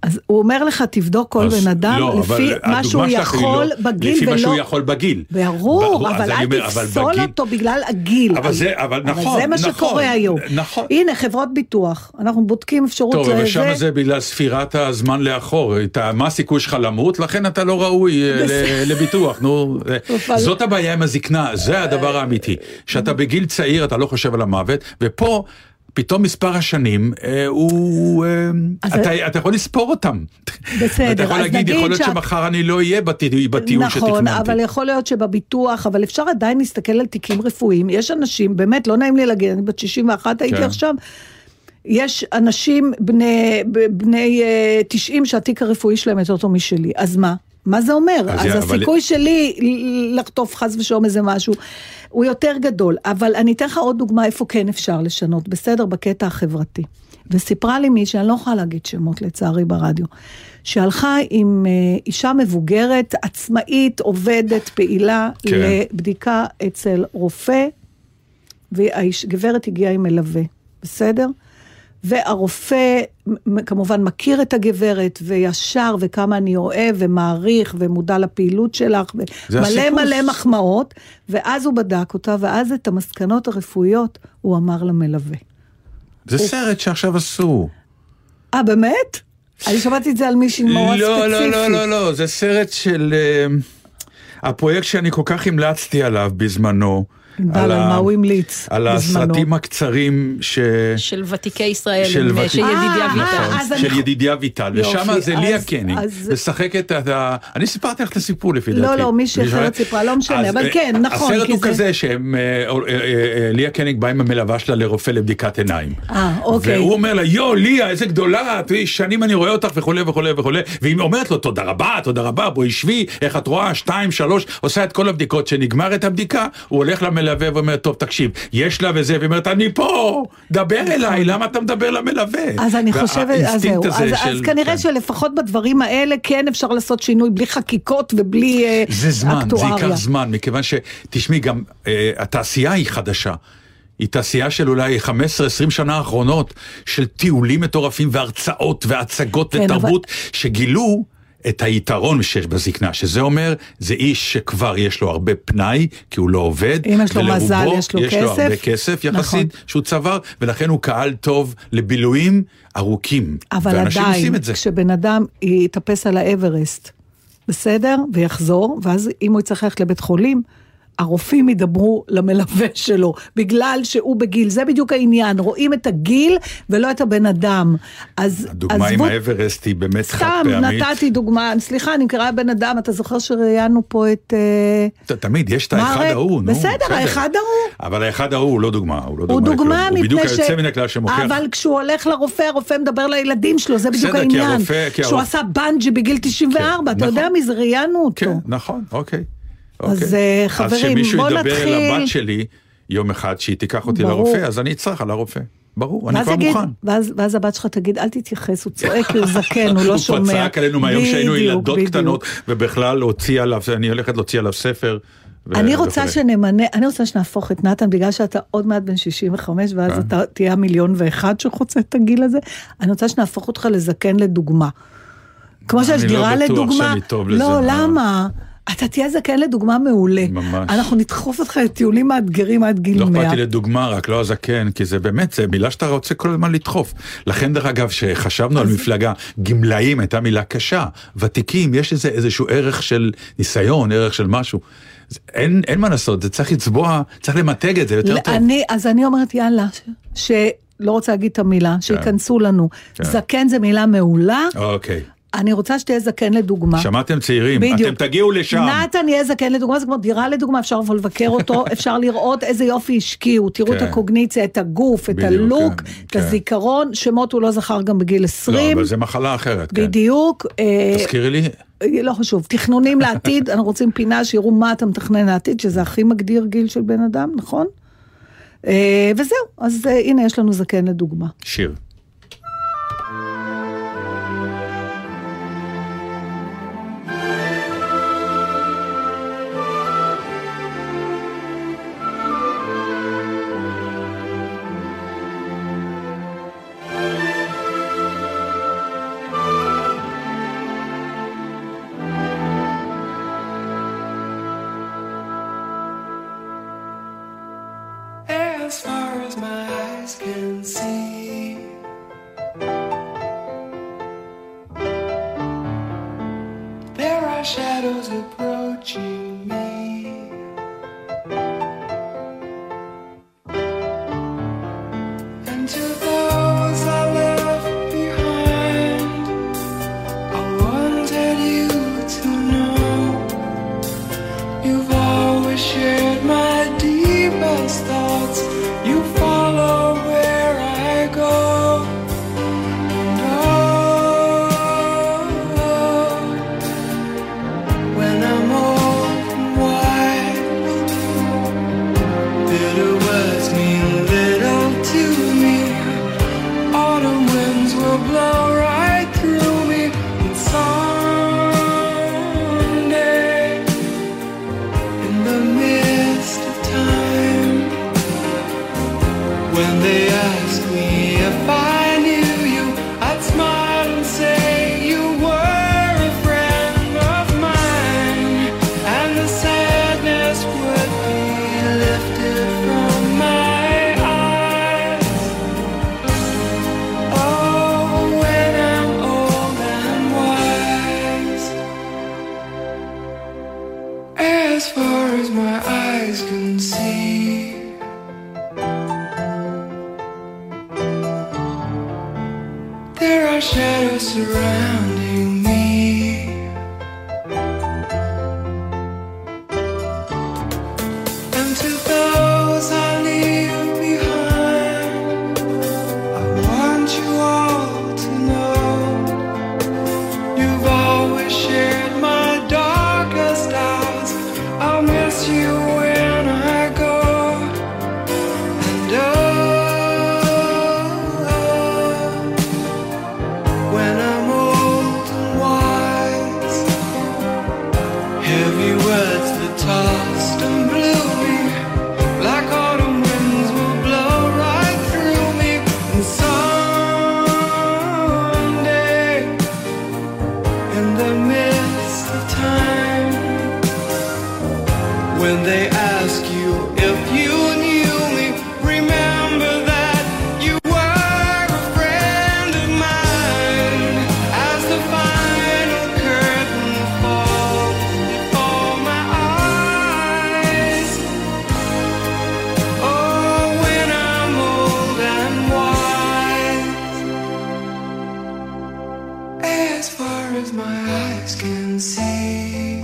אז הוא אומר לך, תבדוק כל בן אדם לפי מה שהוא יכול בגיל, לפי מה שהוא יכול בגיל. ברור, אבל אל תפסול אותו בגלל הגיל. אבל נכון. זה מה שקורה היום. נכון. הנה, חברות ביטוח, אנחנו בודקים אפשרות טוב, אבל שם זה בגלל ספירת הזמן לאחור. מה הסיכוי שלך למות? לכן אתה לא ראוי לביטוח. זאת הבעיה עם הזקנה, זה הדבר האמיתי. שאתה בגיל צעיר, אתה לא חושב על המוות, ופה פתאום מספר השנים, אתה יכול לספור אותם. בסדר. אתה יכול להגיד, יכול להיות שמחר אני לא אהיה בטיול שתכננתי. נכון, אבל יכול להיות שבביטוח, אבל אפשר עדיין להסתכל על תיקים רפואיים. יש אנשים, באמת לא נעים לי להגיד, אני בת 61 הייתי עכשיו, יש אנשים בני 90 שהתיק הרפואי שלהם יותר טוב משלי. אז מה? מה זה אומר? אז הסיכוי שלי לחטוף חס ושום איזה משהו, הוא יותר גדול. אבל אני אתן לך עוד דוגמה איפה כן אפשר לשנות, בסדר, בקטע החברתי. וסיפרה לי מי, שאני לא יכולה להגיד שמות לצערי ברדיו, שהלכה עם אישה מבוגרת, עצמאית, עובדת, פעילה, לבדיקה אצל רופא, והגברת הגיעה עם מלווה, בסדר? והרופא כמובן מכיר את הגברת, וישר, וכמה אני אוהב, ומעריך, ומודע לפעילות שלך, ומלא מלא מחמאות, ואז הוא בדק אותה, ואז את המסקנות הרפואיות, הוא אמר למלווה. זה סרט שעכשיו עשו. באמת? אני שמעתי את זה על מישהי מאוד ספציפי. לא, זה סרט של הפרויקט שאני כל כך המלצתי עליו בזמנו, על מה הוא המליץ על הסרטים הקצרים של ותיקי ישראל, של ידידיה ויטל. של ידידיה ויטל, ושם זה ליה קניג, משחקת את אני סיפרתי לך את הסיפור לפי דעתי. לא, מי שאחרת סיפרה, לא משנה, אבל כן, נכון. הסרט הוא כזה שליה קניג באה עם המלווה שלה לרופא לבדיקת עיניים. אוקיי. והוא אומר לה, ליה, איזה גדולה, שנים אני רואה אותך וכו' וכו' וכו', והיא אומרת לו, תודה רבה, בואי שבי, איך את רואה, 2, 3, עושה את כל הבדיקות, שנגמר את הבדיקה, הוא הולך למלווה ואומר, טוב, תקשיב, יש לה וזה, ואומרת, אני פה, דבר אליי, למה אתה מדבר למלווה? אז אני חושבת, אז כנראה שלפחות בדברים האלה, כן אפשר לעשות שינוי, בלי חקיקות ובלי אקטואריה. זה זמן, זה ייקח זמן, מכיוון שתשמעי, גם התעשייה היא חדשה. היא תעשייה של אולי 15-20 שנה האחרונות, של טיולים מטורפים והרצאות והצגות ותרבות, שגילו את היתרון שיש בזקנה, שזה אומר, זה איש שכבר יש לו הרבה פנאי, כי הוא לא עובד, אם יש לו מזל, יש לו כסף. יש לו הרבה כסף יחסית, שהוא צבר, ולכן הוא קהל טוב לבילויים ארוכים. אבל עדיין, כשבן אדם יתאפס על האברסט, בסדר, ויחזור, ואז אם הוא יצטרך ללכת לבית חולים, הרופאים ידברו למלווה שלו, בגלל שהוא בגיל, זה בדיוק העניין, רואים את הגיל ולא את הבן אדם. הדוגמה עם האברסט היא באמת חד פעמית. סתם, נתתי דוגמה, סליחה, אני מכירה בן אדם, אתה זוכר שראיינו פה את... תמיד, יש את האחד ההוא, בסדר, האחד ההוא. אבל האחד ההוא הוא לא דוגמה, הוא דוגמה הוא בדיוק היוצא מן הכלל שמוכיח. אבל כשהוא הולך לרופא, הרופא מדבר לילדים שלו, זה בדיוק העניין. שהוא עשה בנג'י בגיל 94, אתה יודע מי זה, ראיינו אותו. כן, נכון, אוקיי. אז חברים, בוא נתחיל. אז שמישהו ידבר לבת שלי יום אחד שהיא תיקח אותי לרופא, אז אני אצטרך על הרופא. ברור, אני כבר מוכן. ואז הבת שלך תגיד, אל תתייחס, הוא צועק, הוא זקן, הוא לא שומע. הוא צעק עלינו מהיום שהיינו ילדות קטנות, ובכלל להוציא עליו, אני הולכת להוציא עליו ספר. אני רוצה שנהפוך את נתן, בגלל שאתה עוד מעט בן 65, ואז אתה תהיה 1,000,001 שחוצה את הגיל הזה, אני רוצה שנהפוך אותך לזקן לדוגמה. כמו שיש דירה לדוגמה. אני לא בטוח שאני טוב לזה. לא, למה? אתה תהיה זקן לדוגמה מעולה. ממש. אנחנו נדחוף אותך לטיולים מאתגרים עד גיל 100. לא אכפתי לדוגמה, רק לא הזקן, כי זה באמת, זה מילה שאתה רוצה כל הזמן לדחוף. לכן דרך אגב, שחשבנו על מפלגה, גמלאים הייתה מילה קשה, ותיקים, יש איזשהו ערך של ניסיון, ערך של משהו. אין מה לעשות, זה צריך לצבוע, צריך למתג את זה יותר טוב. אז אני אומרת, יאללה, שלא רוצה להגיד את המילה, שיכנסו לנו. זקן זה מילה מעולה. אוקיי. אני רוצה שתהיה זקן לדוגמה. שמעתם צעירים, בדיוק. אתם תגיעו לשם. נתן יהיה זקן לדוגמה, זה כמו דירה לדוגמה, אפשר לבקר אותו, אפשר לראות איזה יופי השקיעו, תראו את הקוגניציה, את הגוף, את הלוק, את הזיכרון, שמות הוא לא זכר גם בגיל 20. לא, אבל זה מחלה אחרת, כן. בדיוק. תזכירי לי. לא חשוב, תכנונים לעתיד, אנחנו רוצים פינה שיראו מה אתה מתכנן לעתיד, שזה הכי מגדיר גיל של בן אדם, נכון? וזהו, אז הנה יש לנו זקן לדוגמה. שיר. are shadows approaching me. And to those I left behind, I wanted you to know you've always shared my deepest thoughts. You follow where I go. And when I'm old and wise, bitter words mean little to me. Autumn winds will blow right through me. And someday, in the midst of time, when they ask me if I knew you, I'd smile and say you were a friend of mine, and the sadness would be lifted from my eyes. Oh, when I'm old and wise, as far as my eyes can see, there are shadows surrounding me. And to those I leave behind, I want you all to know you've always shared my darkest hours. I'll miss you when I go. And when I'm old and wise, heavy words that tossed and blew me, like autumn winds will blow right through me. And someday, in the midst of time, when they ask you if you knew me, remember that you were a friend of mine. As the final curtain falls before my eyes, oh, when I'm old and wise, as far as my eyes can see.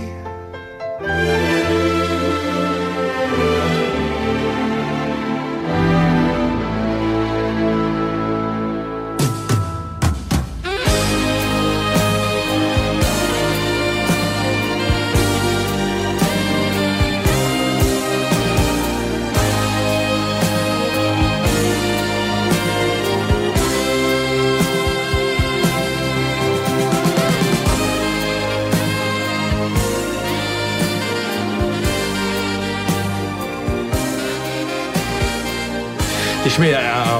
תשמעי,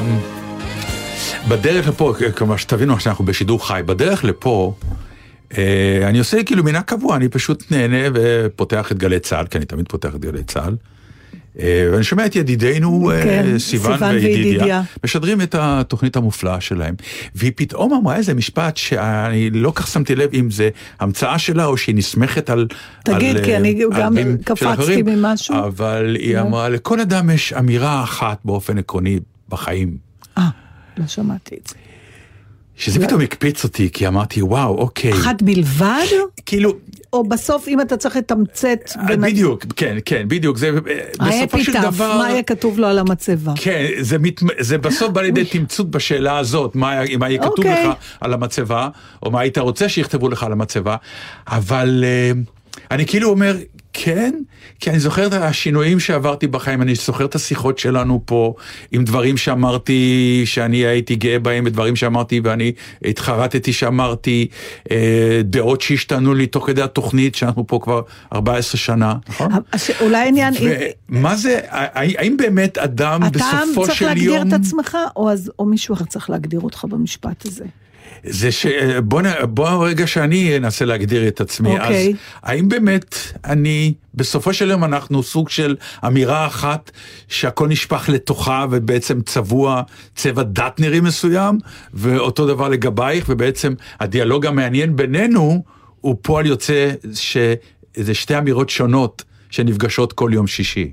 בדרך לפה, כלומר שתבינו שאנחנו בשידור חי, בדרך לפה, אני עושה כאילו מינה קבוע, אני פשוט נהנה ופותח את גלי צהל, כי אני תמיד פותח את גלי צהל, ואני שומע את ידידינו סיוון וידידיה, משדרים את התוכנית המופלאה שלהם, והיא פתאום אמרה איזה משפט שאני לא כך שמתי לב אם זה המצאה שלה או שהיא נסמכת על תגיד, כי אני גם קפצתי ממשהו. אבל היא אמרה, לכל אדם יש אמירה אחת באופן עקרוני בחיים. לא שמעתי את זה. שזה פתאום הקפיץ אותי, כי אמרתי, וואו, אוקיי. אחת בלבד? כאילו... או בסוף, אם אתה צריך לתמצת... בדיוק, כן, בדיוק. זה בסופו של דבר... מה יהיה כתוב לו על המצבה? כן, זה בסוף בא לידי תמצות בשאלה הזאת, מה יהיה כתוב לך על המצבה, או מה היית רוצה שיכתבו לך על המצבה, אבל אני כאילו אומר... כן, כי אני זוכר את השינויים שעברתי בחיים, אני זוכר את השיחות שלנו פה, עם דברים שאמרתי, שאני הייתי גאה בהם, ודברים שאמרתי, ואני התחרטתי שאמרתי, דעות שהשתנו לי תוך כדי התוכנית, שאנחנו פה כבר 14 שנה, נכון? אולי עניין... מה זה, האם באמת אדם בסופו של יום... אתה צריך להגדיר את עצמך, או מישהו אחר צריך להגדיר אותך במשפט הזה? זה בוא רגע שאני אנסה להגדיר את עצמי, אז האם באמת אני, בסופו של יום אנחנו סוג של אמירה אחת שהכל נשפך לתוכה ובעצם צבוע צבע דאטנרי מסוים, ואותו דבר לגבייך, ובעצם הדיאלוג המעניין בינינו הוא פועל יוצא שזה שתי אמירות שונות שנפגשות כל יום שישי.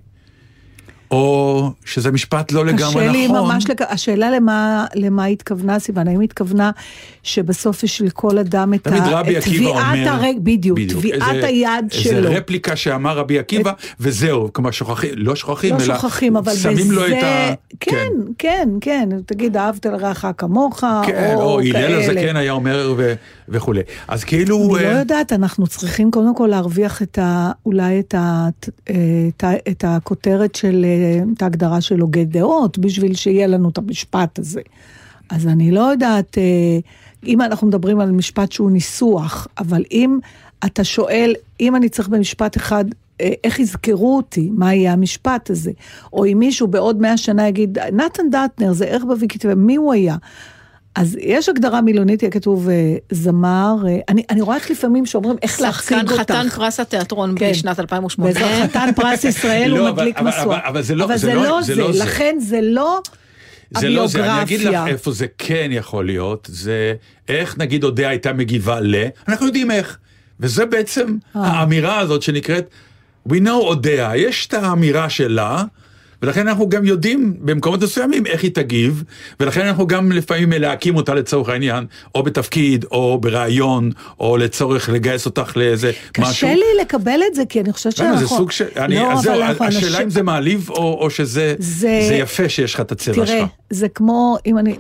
או שזה משפט לא לגמרי נכון. קשה לי ממש, השאלה למה התכוונה סיוון, האם התכוונה שבסוף יש לכל אדם את תמיד רבי עקיבא אומר, בדיוק, תביעת היד שלו. זה רפליקה שאמר רבי עקיבא, וזהו, כמו שוכחים, לא שוכחים, אלא שמים לו את ה... כן, תגיד, אהבת לרעך כמוך, או הלל הזקן היה אומר וכו'. אז כאילו... אני לא יודעת, אנחנו צריכים קודם כל להרוויח אולי את הכותרת של... את ההגדרה של הוגה דעות, בשביל שיהיה לנו את המשפט הזה. אז אני לא יודעת, אם אנחנו מדברים על משפט שהוא ניסוח, אבל אם אתה שואל, אם אני צריך במשפט אחד, איך יזכרו אותי, מה יהיה המשפט הזה? או אם מישהו בעוד 100 שנה יגיד, נתן דטנר, זה איך בוויקיפדיה, מי הוא היה? אז יש הגדרה מילונית, יהיה כתוב זמר, אני רואה איך לפעמים שאומרים איך להחשיג אותך. חתן פרס התיאטרון בשנת 2008. חתן פרס ישראל הוא מדליק מסוע. אבל זה לא זה. לכן זה לא הביוגרפיה. אני אגיד לך איפה זה כן יכול להיות, זה איך נגיד אודיה הייתה מגיבה אנחנו יודעים איך. וזה בעצם האמירה הזאת שנקראת, we know אודיה, יש את האמירה שלה, ולכן אנחנו גם יודעים במקומות מסוימים איך היא תגיב, ולכן אנחנו גם לפעמים להקים אותה לצורך העניין, או בתפקיד, או ברעיון, או לצורך לגייס אותך לאיזה משהו. קשה לי לקבל את זה, כי אני חושבת שאנחנו... זה סוג של... השאלה אם זה מעליב, או שזה יפה שיש לך את הצבע שלך. תראה, זה כמו,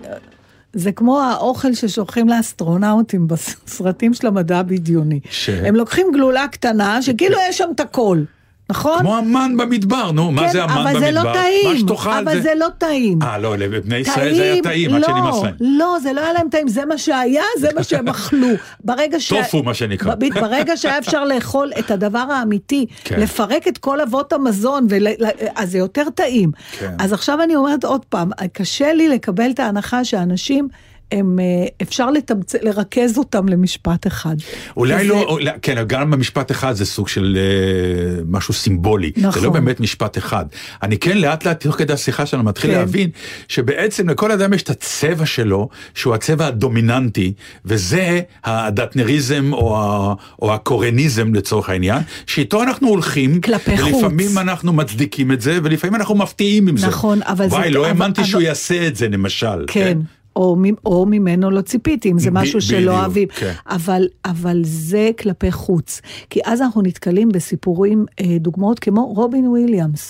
זה כמו האוכל ששולחים לאסטרונאוטים בסרטים של המדע בדיוני. הם לוקחים גלולה קטנה, שכאילו יש שם את הכל. נכון? כמו המן במדבר, נו, מה זה המן במדבר? אבל זה לא טעים, אבל זה לא טעים. לא, לבני ישראל זה היה טעים, עד שנמאס להם. לא, זה לא היה להם טעים, זה מה שהיה, זה מה שהם אכלו. טופו, מה שנקרא. ברגע שהיה אפשר לאכול את הדבר האמיתי, לפרק את כל אבות המזון, אז זה יותר טעים. אז עכשיו אני אומרת עוד פעם, קשה לי לקבל את ההנחה שאנשים... אפשר לרכז אותם למשפט אחד. אולי לא, כן, גם במשפט אחד זה סוג של משהו סימבולי. זה לא באמת משפט אחד. אני כן לאט לאט תוך כדי השיחה שלנו מתחיל להבין שבעצם לכל אדם יש את הצבע שלו, שהוא הצבע הדומיננטי, וזה הדטנריזם או הקורניזם לצורך העניין, שאיתו אנחנו הולכים, ולפעמים אנחנו מצדיקים את זה, ולפעמים אנחנו מפתיעים עם זה. נכון, אבל וואי, לא האמנתי שהוא יעשה את זה, למשל. כן. או ממנו לא ציפיתי, אם זה משהו שלא אוהבים. אבל זה כלפי חוץ. כי אז אנחנו נתקלים בסיפורים, דוגמאות כמו רובין וויליאמס.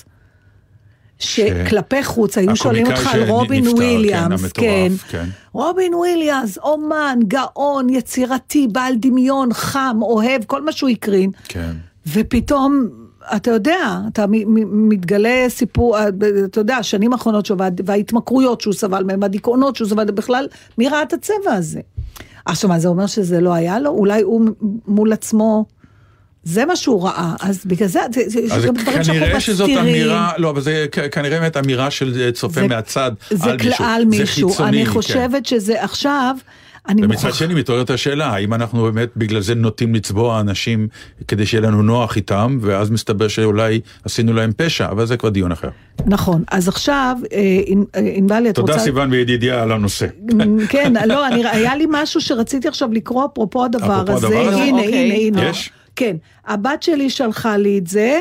שכלפי חוץ, היו שואלים אותך על רובין וויליאמס. כן. רובין וויליאמס, אומן, גאון, יצירתי, בעל דמיון, חם, אוהב, כל מה שהוא יקרין. ופתאום... אתה יודע, אתה מתגלה סיפור, אתה יודע, השנים האחרונות שהוא, וההתמכרויות שהוא סבל מהם, והדיכאונות שהוא סבל, בכלל, מי ראה את הצבע הזה? עכשיו, מה זה אומר שזה לא היה לו? אולי הוא מול עצמו, זה מה שהוא ראה, אז בגלל זה, אז כנראה שזאת אמירה, לא, אבל זה כנראה באמת אמירה של צופה מהצד על מישהו. אני חושבת שזה עכשיו, ומצד שני מתעוררת השאלה, האם אנחנו באמת בגלל זה נוטים לצבוע אנשים כדי שיהיה לנו נוח איתם, ואז מסתבר שאולי עשינו להם פשע, אבל זה כבר דיון אחר. נכון, אז עכשיו, אינבלי, את רוצה... תודה סיוון וידידיה על הנושא. כן, לא, היה לי משהו שרציתי עכשיו לקרוא, אפרופו הדבר הזה, הנה. יש? כן, הבת שלי שלחה לי את זה,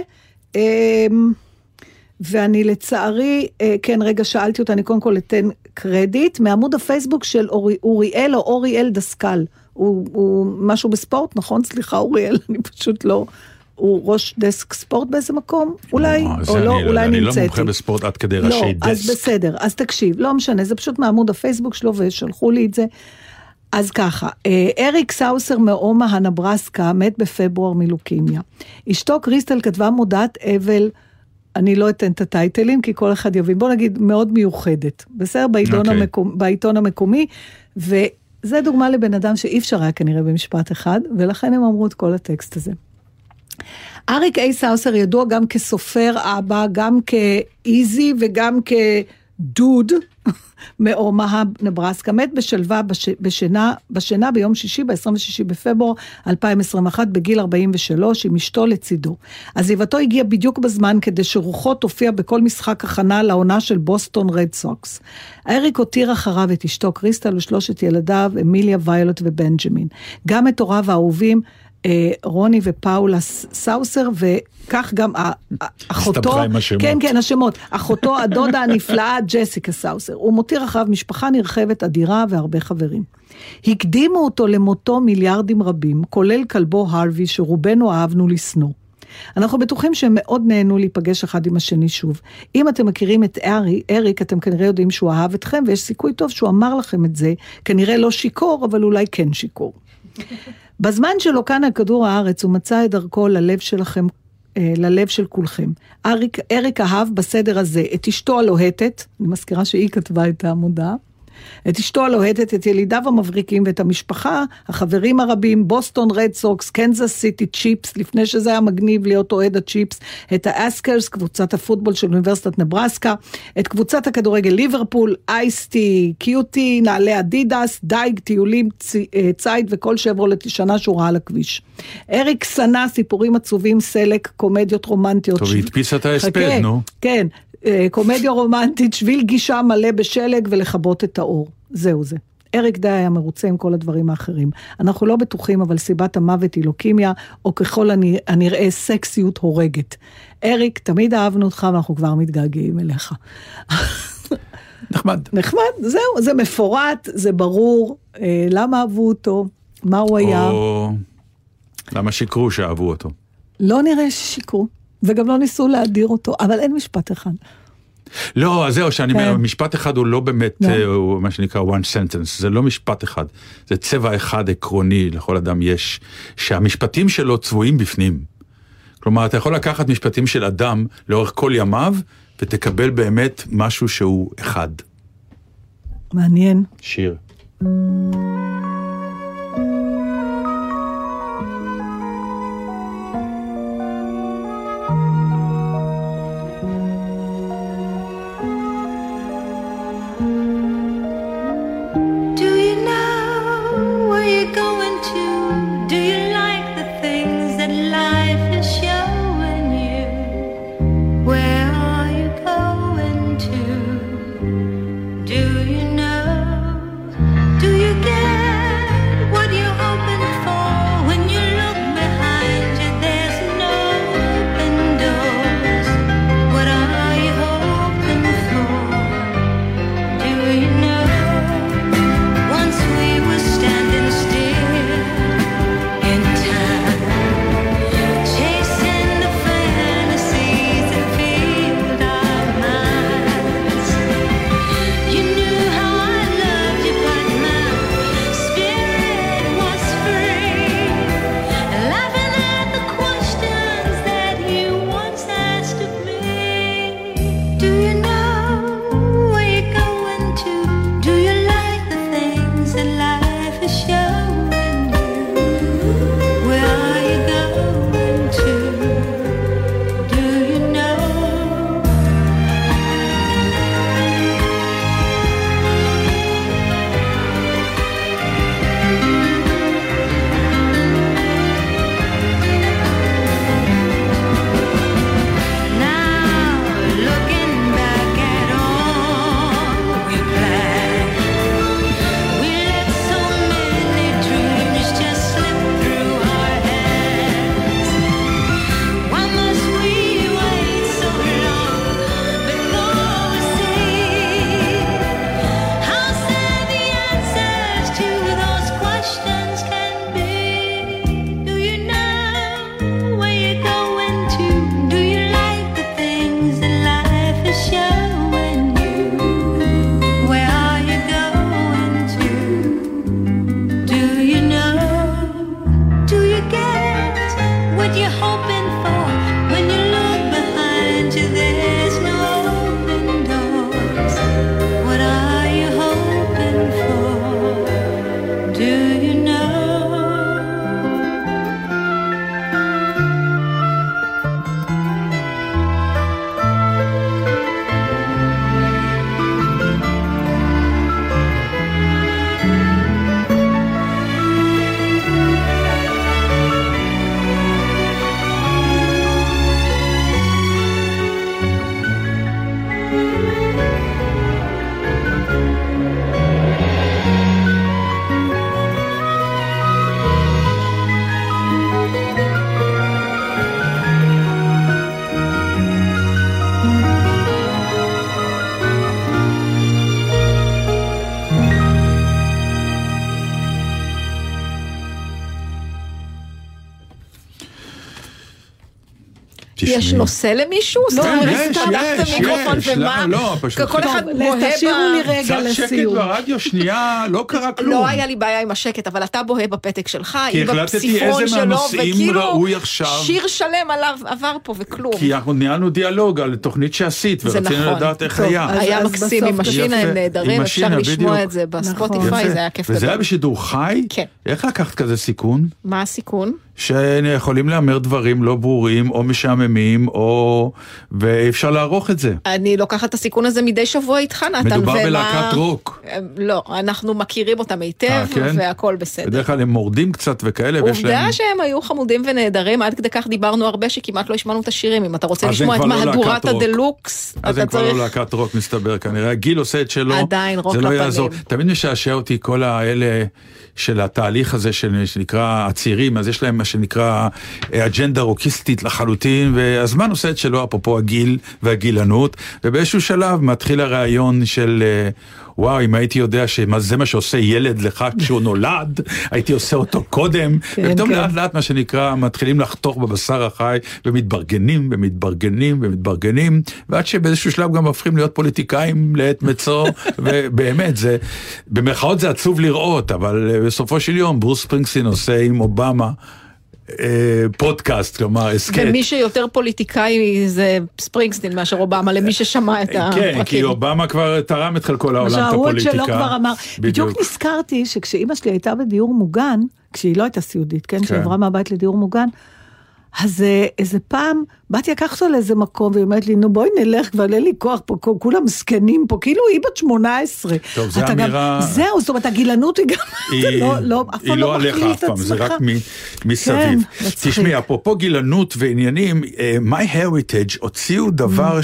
ואני לצערי, כן, רגע, שאלתי אותה, אני קודם כל אתן קרדיט, מעמוד הפייסבוק של אוריאל או אוריאל דסקל, הוא משהו בספורט, נכון? סליחה אוריאל, אני פשוט לא, הוא ראש דסק ספורט באיזה מקום, אולי, או לא, אולי נמצאתי. אני לא מומחה בספורט עד כדי ראשי דסק. לא, אז בסדר, אז תקשיב, לא משנה, זה פשוט מעמוד הפייסבוק שלו, ושלחו לי את זה. אז ככה, אריק סאוסר מאומה הנברסקה, מת בפברואר מלוקימיה. אשתו קריסטל כתבה מודעת אבל, אני לא אתן את הטייטלים, כי כל אחד יבין, בוא נגיד, מאוד מיוחדת. בסדר, בעיתון המקומי, וזה דוגמה לבן אדם שאי אפשר היה כנראה במשפט אחד, ולכן הם אמרו את כל הטקסט הזה. אריק איי סאוסר ידוע גם כסופר אבא, גם כאיזי וגם כדוד, מאומהה, נברסקה, מת בשלווה בשינה ביום שישי, ב-26 בפברואר 2021, בגיל 43, עם אשתו לצידו. עזיבתו הגיעה בדיוק בזמן, כדי שרוחו תופיע בכל משחק הכנה לעונה של בוסטון רד סוקס. אריק הותיר אחריו את אשתו קריסטל ושלושת ילדיו, אמיליה, ויולט ובנג'מין. גם את הוריו האהובים, רוני ופאולה סאוסר, וכך גם אחותו, כן, השמות, אחותו, הדודה הנפלאה, ג'סיקה סאוסר. הוא מותיר אחריו משפחה נרחבת, אדירה והרבה חברים. הקדימו אותו למותו מיליארדים רבים, כולל כלבו הרווי, שרובנו אהבנו לשנוא. אנחנו בטוחים שהם מאוד נהנו להיפגש אחד עם השני שוב. אם אתם מכירים את אריק, אתם כנראה יודעים שהוא אהב אתכם, ויש סיכוי טוב שהוא אמר לכם את זה, כנראה לא שיקור, אבל אולי כן שיקור. בזמן שלו כאן על כדור הארץ, הוא מצא את דרכו ללב שלכם, ללב של כולכם. אריק אהב בסדר הזה את אשתו הלוהטת, אני מזכירה שהיא כתבה את המודעה, את אשתו הלוהטת, את ילידיו המבריקים ואת המשפחה, החברים הרבים, בוסטון רד סוקס, קנזס סיטי צ'יפס, לפני שזה היה מגניב להיות אוהד הצ'יפס, את האסקרס, קבוצת הפוטבול של אוניברסיטת נברסקה, את קבוצת הכדורגל ליברפול, אייסטי, קיוטי, נעלי אדידס, דייג, טיולים, צייד וכל שברולט שנה שהוא ראה על הכביש. אריק סנה, סיפורים עצובים, סלק, קומדיות רומנטיות. טוב, התפיס את ההספד, נו. כן. קומדיה רומנטית, שביל גישה מלא בשלג ולכבות את האור. זהו זה. אריק די היה מרוצה עם כל הדברים האחרים. אנחנו לא בטוחים, אבל סיבת המוות היא לוקימיה, או ככל הנראה סקסיות הורגת. אריק, תמיד אהבנו אותך, ואנחנו כבר מתגעגעים אליך. נחמד. נחמד, זהו, זה מפורט, זה ברור. למה אהבו אותו? מה הוא היה? או למה שיקרו שאהבו אותו? לא נראה ששיקרו. וגם לא ניסו להדיר אותו, אבל אין משפט אחד. לא, אז זהו, שאני אומר, משפט אחד הוא לא באמת, הוא מה שנקרא one sentence, זה לא משפט אחד, זה צבע אחד עקרוני, לכל אדם יש, שהמשפטים שלו צבועים בפנים. כלומר, אתה יכול לקחת משפטים של אדם לאורך כל ימיו, ותקבל באמת משהו שהוא אחד. מעניין. שיר. Do you get יש נושא למישהו? יש, ומה? לא, פשוט. כל אחד בוהה תשאירו לי רגע קצת שקט לסיום. ברדיו, שנייה, לא קרה כלום. לא היה לי בעיה עם השקט, אבל אתה בוהה בפתק שלך, כי עם החלטתי הפסיפון איזה שלו, מהנושאים ראוי עכשיו. שיר שלם עליו עבר פה וכלום. כי אנחנו ניהלנו דיאלוג על תוכנית שעשית, זה ורצינו נכון. לדעת איך טוב, היה. אז היה מקסים עם בסוף משינה, יפה. הם נהדרים, עם אפשר משינה, לשמוע בדיוק. את זה בספוטיפיי, זה היה כיף וזה היה גדול. בשידור חי? כן. איך לקחת כזה סיכון? מה הסיכון? שיכולים לאמר דברים לא ברורים, או משעממים, או... ואי אפשר לערוך את זה. אני לוקחת את הסיכון הזה מדי שבוע איתך, נתן, מדובר בלהקת רוק. לא, אנחנו מכירים אותם היטב, כן? והכל בסדר. בדרך כלל הם מורדים קצת וכאלה, ויש עובדה להם... שהם היו חמודים ונהדרים, עד כדי כך דיברנו הרבה שכמעט לא השמענו את השירים. אם אתה רוצה אז לשמוע הם את כבר לא מהדורת להקת רוק. הדלוקס, אז אתה הם כבר צריך... לא להקת רוק, מסתבר, כנראה הגיל עושה את שלו, עדיין רוק זה לא לפנים. יעזור. תמיד משעשע אותי כל האלה של התהליך הזה שנקרא הצעירים, אז יש להם מה שנקרא אג'נדה רוקיסטית לחלוטין, והזמן עושה את שלו, אפרופו הגיל והגילנות, ובאיזשהו שלב מתחיל הרעיון של... וואו, אם הייתי יודע שזה מה שעושה ילד לך כשהוא נולד, הייתי עושה אותו קודם, ופתאום לאט לאט מה שנקרא, מתחילים לחתוך בבשר החי, ומתברגנים, ומתברגנים, ומתברגנים, ועד שבאיזשהו שלב גם הופכים להיות פוליטיקאים לעת מצוא, ובאמת, זה, במרכאות זה עצוב לראות, אבל בסופו של יום, ברוס ספרינגסטין עושה עם אובמה, פודקאסט, כלומר, הסקט. ומי שיותר פוליטיקאי זה ספרינגסטין מאשר אובמה, למי ששמע את הפרקים. כן, כי אובמה כבר תרם את חלקו לעולם את שהאהוד הפוליטיקה. שלו כבר אמר, בדיוק נזכרתי שכשאימא שלי הייתה בדיור מוגן, כשהיא לא הייתה סיעודית, כן, שעברה מהבית לדיור מוגן, אז איזה פעם, באתי לקחת אותה לאיזה מקום, והיא אומרת לי, נו בואי נלך, כבר אין לי כוח פה, כולם זקנים פה, כאילו היא בת 18. טוב, זה אמירה... זהו, זאת אומרת, הגילנות היא גם, היא לא עליך אף פעם, זה רק מסביב. תשמעי, אפרופו גילנות ועניינים, My Heritage הוציאו דבר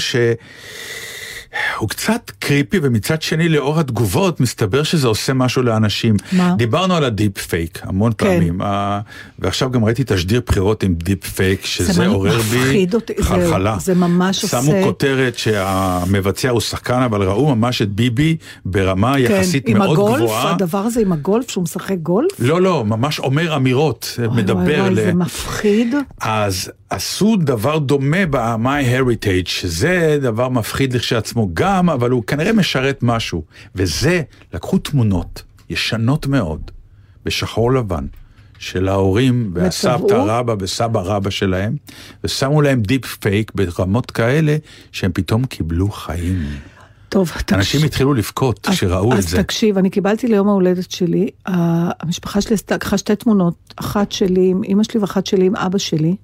הוא קצת קריפי, ומצד שני לאור התגובות מסתבר שזה עושה משהו לאנשים. מה? דיברנו על הדיפ פייק המון פעמים, ועכשיו גם ראיתי תשדיר בחירות עם דיפ פייק, שזה עורר בי חלחלה. זה ממש עושה... שמו כותרת שהמבצע הוא שחקן, אבל ראו ממש את ביבי ברמה יחסית מאוד גבוהה. עם הגולף, הדבר הזה עם הגולף, שהוא משחק גולף? לא, ממש אומר אמירות, מדבר. זה מפחיד. אז עשו דבר דומה ב-My Heritage, שזה דבר מפחיד לכשעצמו גם, אבל הוא כנראה משרת משהו. וזה, לקחו תמונות ישנות מאוד, בשחור לבן, של ההורים והסבתא רבא וסבא רבא שלהם, ושמו להם דיפ פייק ברמות כאלה, שהם פתאום קיבלו חיים. טוב, אנשים התחילו לבכות כשראו את זה. אז תקשיב, אני קיבלתי ליום ההולדת שלי, המשפחה שלי לקחה שתי תמונות, אחת שלי עם אמא שלי ואחת שלי עם אבא שלי,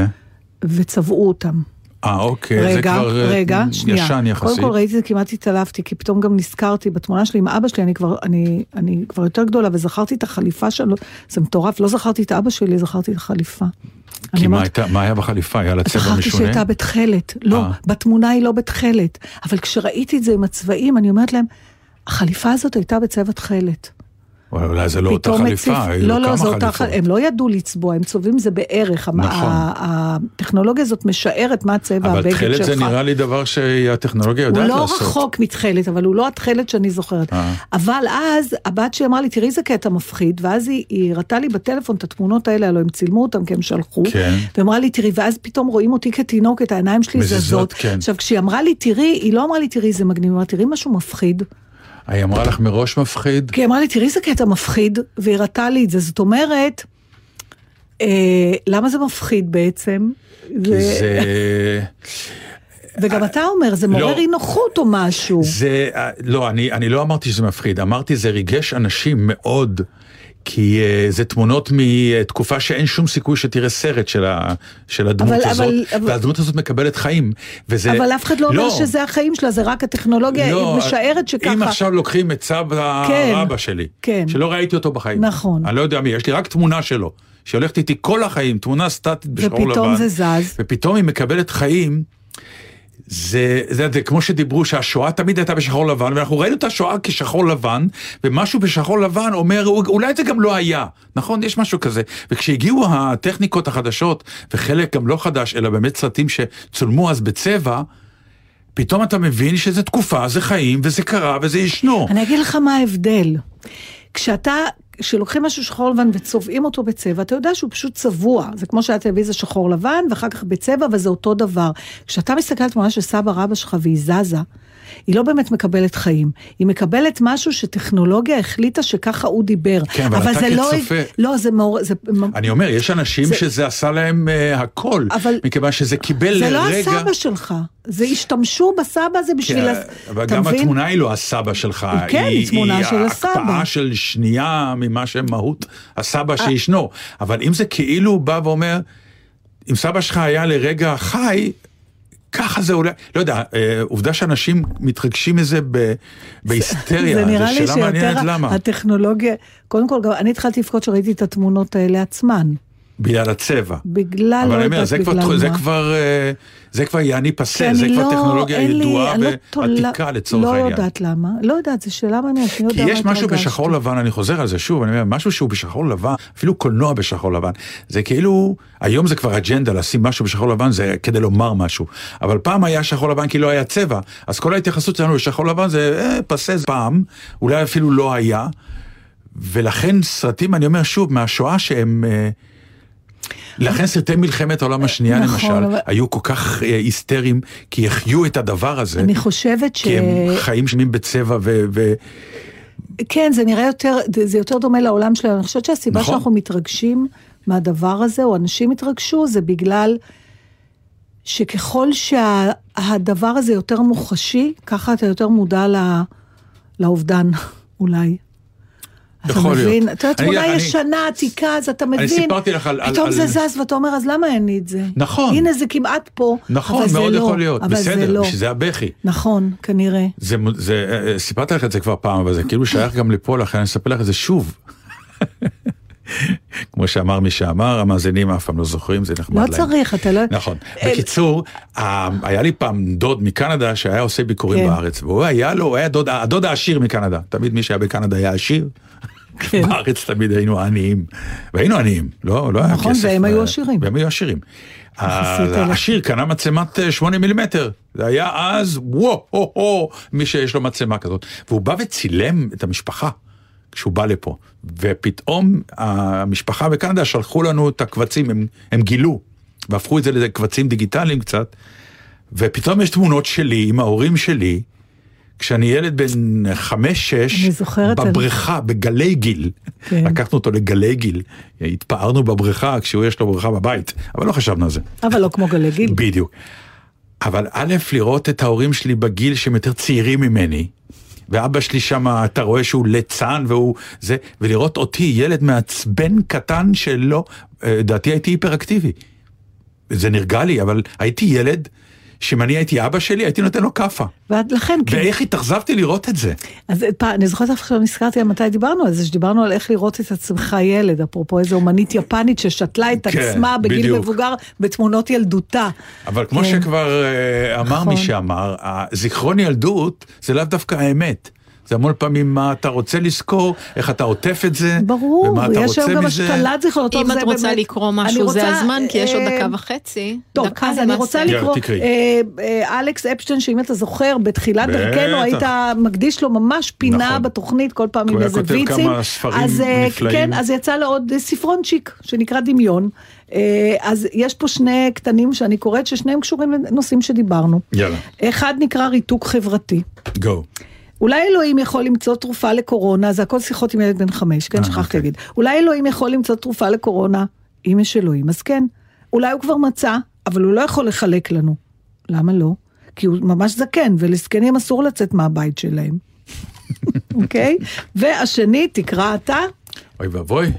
וצבעו אותם. אוקיי, זה כבר ישן יחסית. קודם כל ראיתי זה, כמעט התעלפתי, כי פתאום גם נזכרתי בתמונה שלי עם אבא שלי, אני כבר יותר גדולה, וזכרתי את החליפה שלו, זה מטורף, לא זכרתי את אבא שלי, זכרתי את החליפה. כי מה היה בחליפה? היה לצבע משונה? זכרתי שהייתה בתחלת, לא, בתמונה היא לא בתחלת, אבל כשראיתי את זה עם הצבעים, אני אומרת להם, החליפה הזאת הייתה בצבע תחלת. אולי זה לא אותה חליפה, לא, זה אותה חליפה. הם לא ידעו לצבוע, הם צובעים זה בערך. הטכנולוגיה הזאת משערת מה הצבע הבגד שלך. אבל תחלת זה נראה לי דבר שהטכנולוגיה יודעת לעשות. הוא לא רחוק מתחלת, אבל הוא לא התחלת שאני זוכרת. אבל אז הבת שאמרה לי, תראי זה קטע מפחיד, ואז היא ראתה לי בטלפון את התמונות האלה, הלוא הם צילמו אותם כי הם שלחו, ואמרה לי, תראי, ואז פתאום רואים אותי כתינוקת, העיניים שלי זזות. עכשיו, כשהיא אמרה לי, תראי, היא לא אמרה לי, תראי, זה מגניב, אמרה, תראי משהו מפחיד. היא אמרה לך מראש מפחיד? כי היא אמרה לי, תראי זה קטע מפחיד, והיא ראתה לי את זה. זאת אומרת, למה זה מפחיד בעצם? וגם אתה אומר, זה מעורר אי נוחות או משהו. לא, אני לא אמרתי שזה מפחיד, אמרתי זה ריגש אנשים מאוד, כי זה תמונות מתקופה שאין שום סיכוי שתראה סרט של הדמות הזאת, והדמות הזאת מקבלת חיים. אבל אף אחד לא אומר שזה החיים שלה, זה רק הטכנולוגיה, היא משערת שככה. אם עכשיו לוקחים את סבא רבא שלי, שלא ראיתי אותו בחיים, נכון. אני לא יודע מי, יש לי רק תמונה שלו, שהולכת איתי כל החיים, תמונה סטטית בשחור לבן, ופתאום זה זז. ופתאום היא מקבלת חיים, זה כמו שדיברו שהשואה תמיד הייתה בשחור לבן, ואנחנו ראינו את השואה כשחור לבן, ומשהו בשחור לבן אומר, אולי זה גם לא היה, נכון? יש משהו כזה. וכשהגיעו הטכניקות החדשות, וחלק גם לא חדש, אלא באמת סרטים שצולמו אז בצבע, פתאום אתה מבין שזה תקופה, זה חיים, וזה קרה, וזה ישנו. אני אגיד לך מה ההבדל. כשאתה שלוקחים משהו שחור לבן וצובעים אותו בצבע, אתה יודע שהוא פשוט צבוע, זה כמו שהיה טלוויזיה שחור לבן, ואחר כך בצבע, וזה אותו דבר. כשאתה מסתכל על תמונה של סבא רבא שלך והיא זזה, היא לא באמת מקבלת חיים, היא מקבלת משהו שטכנולוגיה החליטה שככה הוא דיבר. כן, אבל אתה כצופה... לא, זה אני אומר, יש אנשים שזה עשה להם הכל, מכיוון שזה קיבל לרגע... זה לא הסבא שלך, זה השתמשו בסבא הזה בשביל... אבל גם התמונה היא לא הסבא שלך, כן, היא תמונה של הסבא. היא הקפאה של שנייה ממה שמהות הסבא שישנו, אבל אם זה כאילו בא ואומר, אם סבא שלך היה לרגע חי, ככה זה אולי, לא יודע, עובדה שאנשים מתרגשים מזה בהיסטריה, זה נראה לי שיותר הטכנולוגיה, קודם כל, אני התחלתי לפקוד שראיתי את התמונות האלה עצמן. בגלל הצבע. בגלל, לא יודעת בגלל מה. זה כבר יעני פסה, זה כבר טכנולוגיה ידועה ועתיקה לצורך העניין. לא יודעת למה, לא יודעת, זו שאלה מעניינת. כי יש משהו בשחור לבן, אני חוזר על זה שוב, אני אומר, משהו שהוא בשחור לבן, אפילו קולנוע בשחור לבן, זה כאילו, היום זה כבר אג'נדה, לשים משהו בשחור לבן, זה כדי לומר משהו, אבל פעם היה שחור לבן כי לא היה צבע, אז כל ההתייחסות שלנו לשחור לבן זה פסה פעם, אולי אפילו לא היה, ולכן סרטים, אני אומר שוב, מהשואה שהם... לכן סרטי מלחמת העולם השנייה למשל, היו כל כך היסטריים, כי יחיו את הדבר הזה. אני חושבת כי הם חיים שנים בצבע כן, זה נראה יותר, זה יותר דומה לעולם שלנו. אני חושבת שהסיבה שאנחנו מתרגשים מהדבר הזה, או אנשים מתרגשו, זה בגלל שככל שהדבר הזה יותר מוחשי, ככה אתה יותר מודע לאובדן, אולי. אתה מבין, אתה יודעת, אולי ישנה, עתיקה, אז אתה מבין, אני סיפרתי לך על... פתאום זה זז, ואתה אומר, אז למה אין לי את זה? נכון. הנה זה כמעט פה, נכון, מאוד יכול להיות, בסדר, שזה הבכי. נכון, כנראה. סיפרתי לך את זה כבר פעם, אבל זה כאילו שייך גם לפה, לכן אני אספר לך את זה שוב. כמו שאמר מי שאמר, המאזינים אף פעם לא זוכרים, זה נחמד להם. לא צריך, אתה לא... נכון. בקיצור, היה לי פעם דוד מקנדה שהיה עושה ביקורים בארץ, והוא היה לו, הוא היה הדוד העשיר מקנדה. תמיד מי שהיה בקנדה היה עשיר. בארץ תמיד היינו עניים. והיינו עניים, לא היה כסף. נכון, והם היו עשירים. והם היו עשירים. העשיר קנה מצלמת 8 מילימטר. זה היה אז, וואו, מי שיש לו מצלמה כזאת. והוא בא וצילם את המשפחה. כשהוא בא לפה, ופתאום המשפחה בקנדה שלחו לנו את הקבצים, הם גילו, והפכו את זה לקבצים דיגיטליים קצת, ופתאום יש תמונות שלי עם ההורים שלי, כשאני ילד בן 5-6, בבריכה, בגלי גיל, לקחנו אותו לגלי גיל, התפארנו בבריכה, כשהוא יש לו בריכה בבית, אבל לא חשבנו על זה. אבל לא כמו גלי גיל. בדיוק. אבל א', לראות את ההורים שלי בגיל שהם יותר צעירים ממני, ואבא שלי שם, אתה רואה שהוא ליצן, והוא זה, ולראות אותי, ילד מעצבן קטן שלא, דעתי הייתי היפראקטיבי. זה נרגע לי, אבל הייתי ילד, שאם אני הייתי אבא שלי, הייתי נותן לו קפה. ולכן, ואיך התאכזבתי לראות את זה. אז אני זוכרת עכשיו נזכרתי על מתי דיברנו על זה, שדיברנו על איך לראות את עצמך ילד, אפרופו איזו אומנית יפנית ששתלה את עצמה בגיל מבוגר, בתמונות ילדותה. אבל כמו שכבר אמר מי שאמר, זיכרון ילדות זה לאו דווקא האמת. זה המון פעמים מה אתה רוצה לזכור, איך אתה עוטף את זה, ברור, ומה אתה רוצה מזה. יש גם השתלת זיכרונות. אם את רוצה לקרוא משהו, זה הזמן, כי יש עוד דקה וחצי. טוב, אז אני רוצה לקרוא, אלכס אפשטיין, שאם אתה זוכר, בתחילת דרכנו, היית מקדיש לו ממש פינה בתוכנית, כל פעם עם איזה ויצים. כותב כמה ספרים נפלאים. כן, אז יצא לו עוד ספרונצ'יק, שנקרא דמיון. אז יש פה שני קטנים שאני קוראת, ששניהם קשורים לנושאים שדיברנו. יאללה. אחד נקרא ריתוק חברתי. גו. אולי אלוהים יכול למצוא תרופה לקורונה, זה הכל שיחות עם ילד בן 5, כן, שכחתי להגיד. אולי אלוהים יכול למצוא תרופה לקורונה, אם יש אלוהים, אז כן. אולי הוא כבר מצא, אבל הוא לא יכול לחלק לנו. למה לא? כי הוא ממש זקן, ולזקנים אסור לצאת מהבית שלהם. אוקיי? והשני, תקרא אתה. אוי ובוי.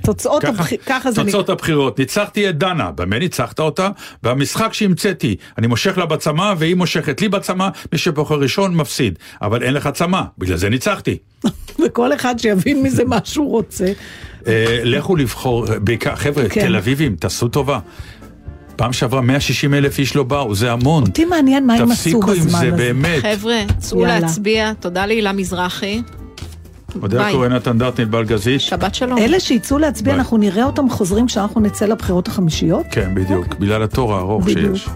תוצאות הבחירות. ניצחתי את דנה, במה ניצחת אותה? והמשחק שהמצאתי, אני מושך לה בצמה, והיא מושכת לי בצמה, מי שבוחר ראשון מפסיד. אבל אין לך צמה, בגלל זה ניצחתי. וכל אחד שיבין מזה מה שהוא רוצה. לכו לבחור, בעיקר, חבר'ה, תל אביבים, תעשו טובה. פעם שעברה 160,000 איש לא באו, זה המון. אותי מעניין מה הם עשו בזמן הזה. תפסיקו עם זה, באמת. חבר'ה, צאו להצביע, תודה להילה מזרחי. תודה קורא נתן דטנר בלגזית. שבת שלום. אלה שיצאו להצביע, אנחנו נראה אותם חוזרים כשאנחנו נצא לבחירות החמישיות? כן, בדיוק, בגלל התור הארוך שיש.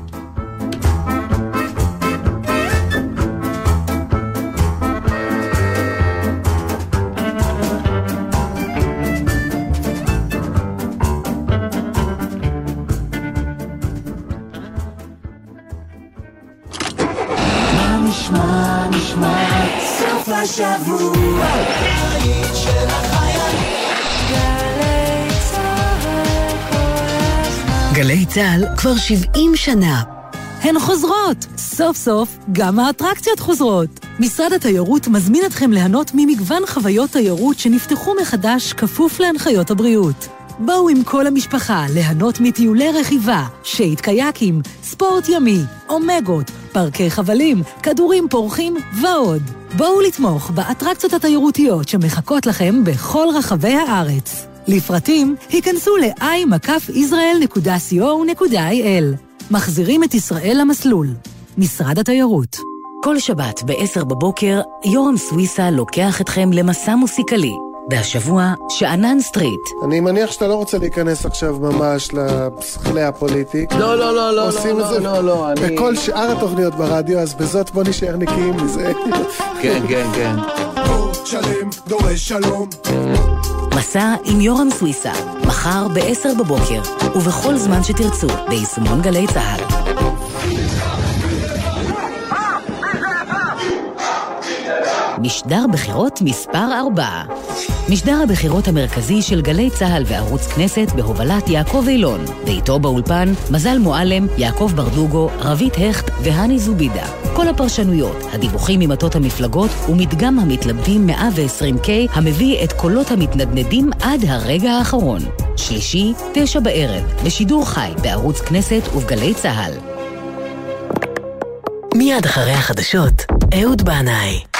השבוע. הבית של החיילים. גלי צהל כבר 70 שנה. הן חוזרות. סוף סוף גם האטרקציות חוזרות. משרד התיירות מזמין אתכם ליהנות ממגוון חוויות תיירות שנפתחו מחדש כפוף להנחיות הבריאות. בואו עם כל המשפחה ליהנות מטיולי רכיבה, שייט קייקים, ספורט ימי, אומגות, פארקי חבלים, כדורים פורחים ועוד. בואו לתמוך באטרקציות התיירותיות שמחכות לכם בכל רחבי הארץ. לפרטים, היכנסו ל-i-israel.co.il. מחזירים את ישראל למסלול. משרד התיירות. כל שבת ב-10 בבוקר, יורם סוויסה לוקח אתכם למסע מוסיקלי. והשבוע, שאנן סטריט. אני מניח שאתה לא רוצה להיכנס עכשיו ממש לפסחלי הפוליטיק. לא, לא, לא, לא, עושים את זה בכל שאר התוכניות ברדיו, אז בזאת בוא נשאר נקיים מזה. כן, כן, כן. שלם, דורש שלום. מסע עם יורם סוויסה, מחר ב-10 בבוקר, ובכל זמן שתרצו, ביישומון גלי צהל. משדר בחירות מספר 4. משדר הבחירות המרכזי של גלי צהל וערוץ כנסת בהובלת יעקב אילון. ואיתו באולפן מזל מועלם, יעקב ברדוגו, רבית הכט והני זובידה. כל הפרשנויות, הדיווחים ממטות המפלגות ומדגם המתלבטים 120K המביא את קולות המתנדנדים עד הרגע האחרון. שלישי, 9 בערב, בשידור חי בערוץ כנסת ובגלי צהל. מיד אחרי החדשות, אהוד בנאי.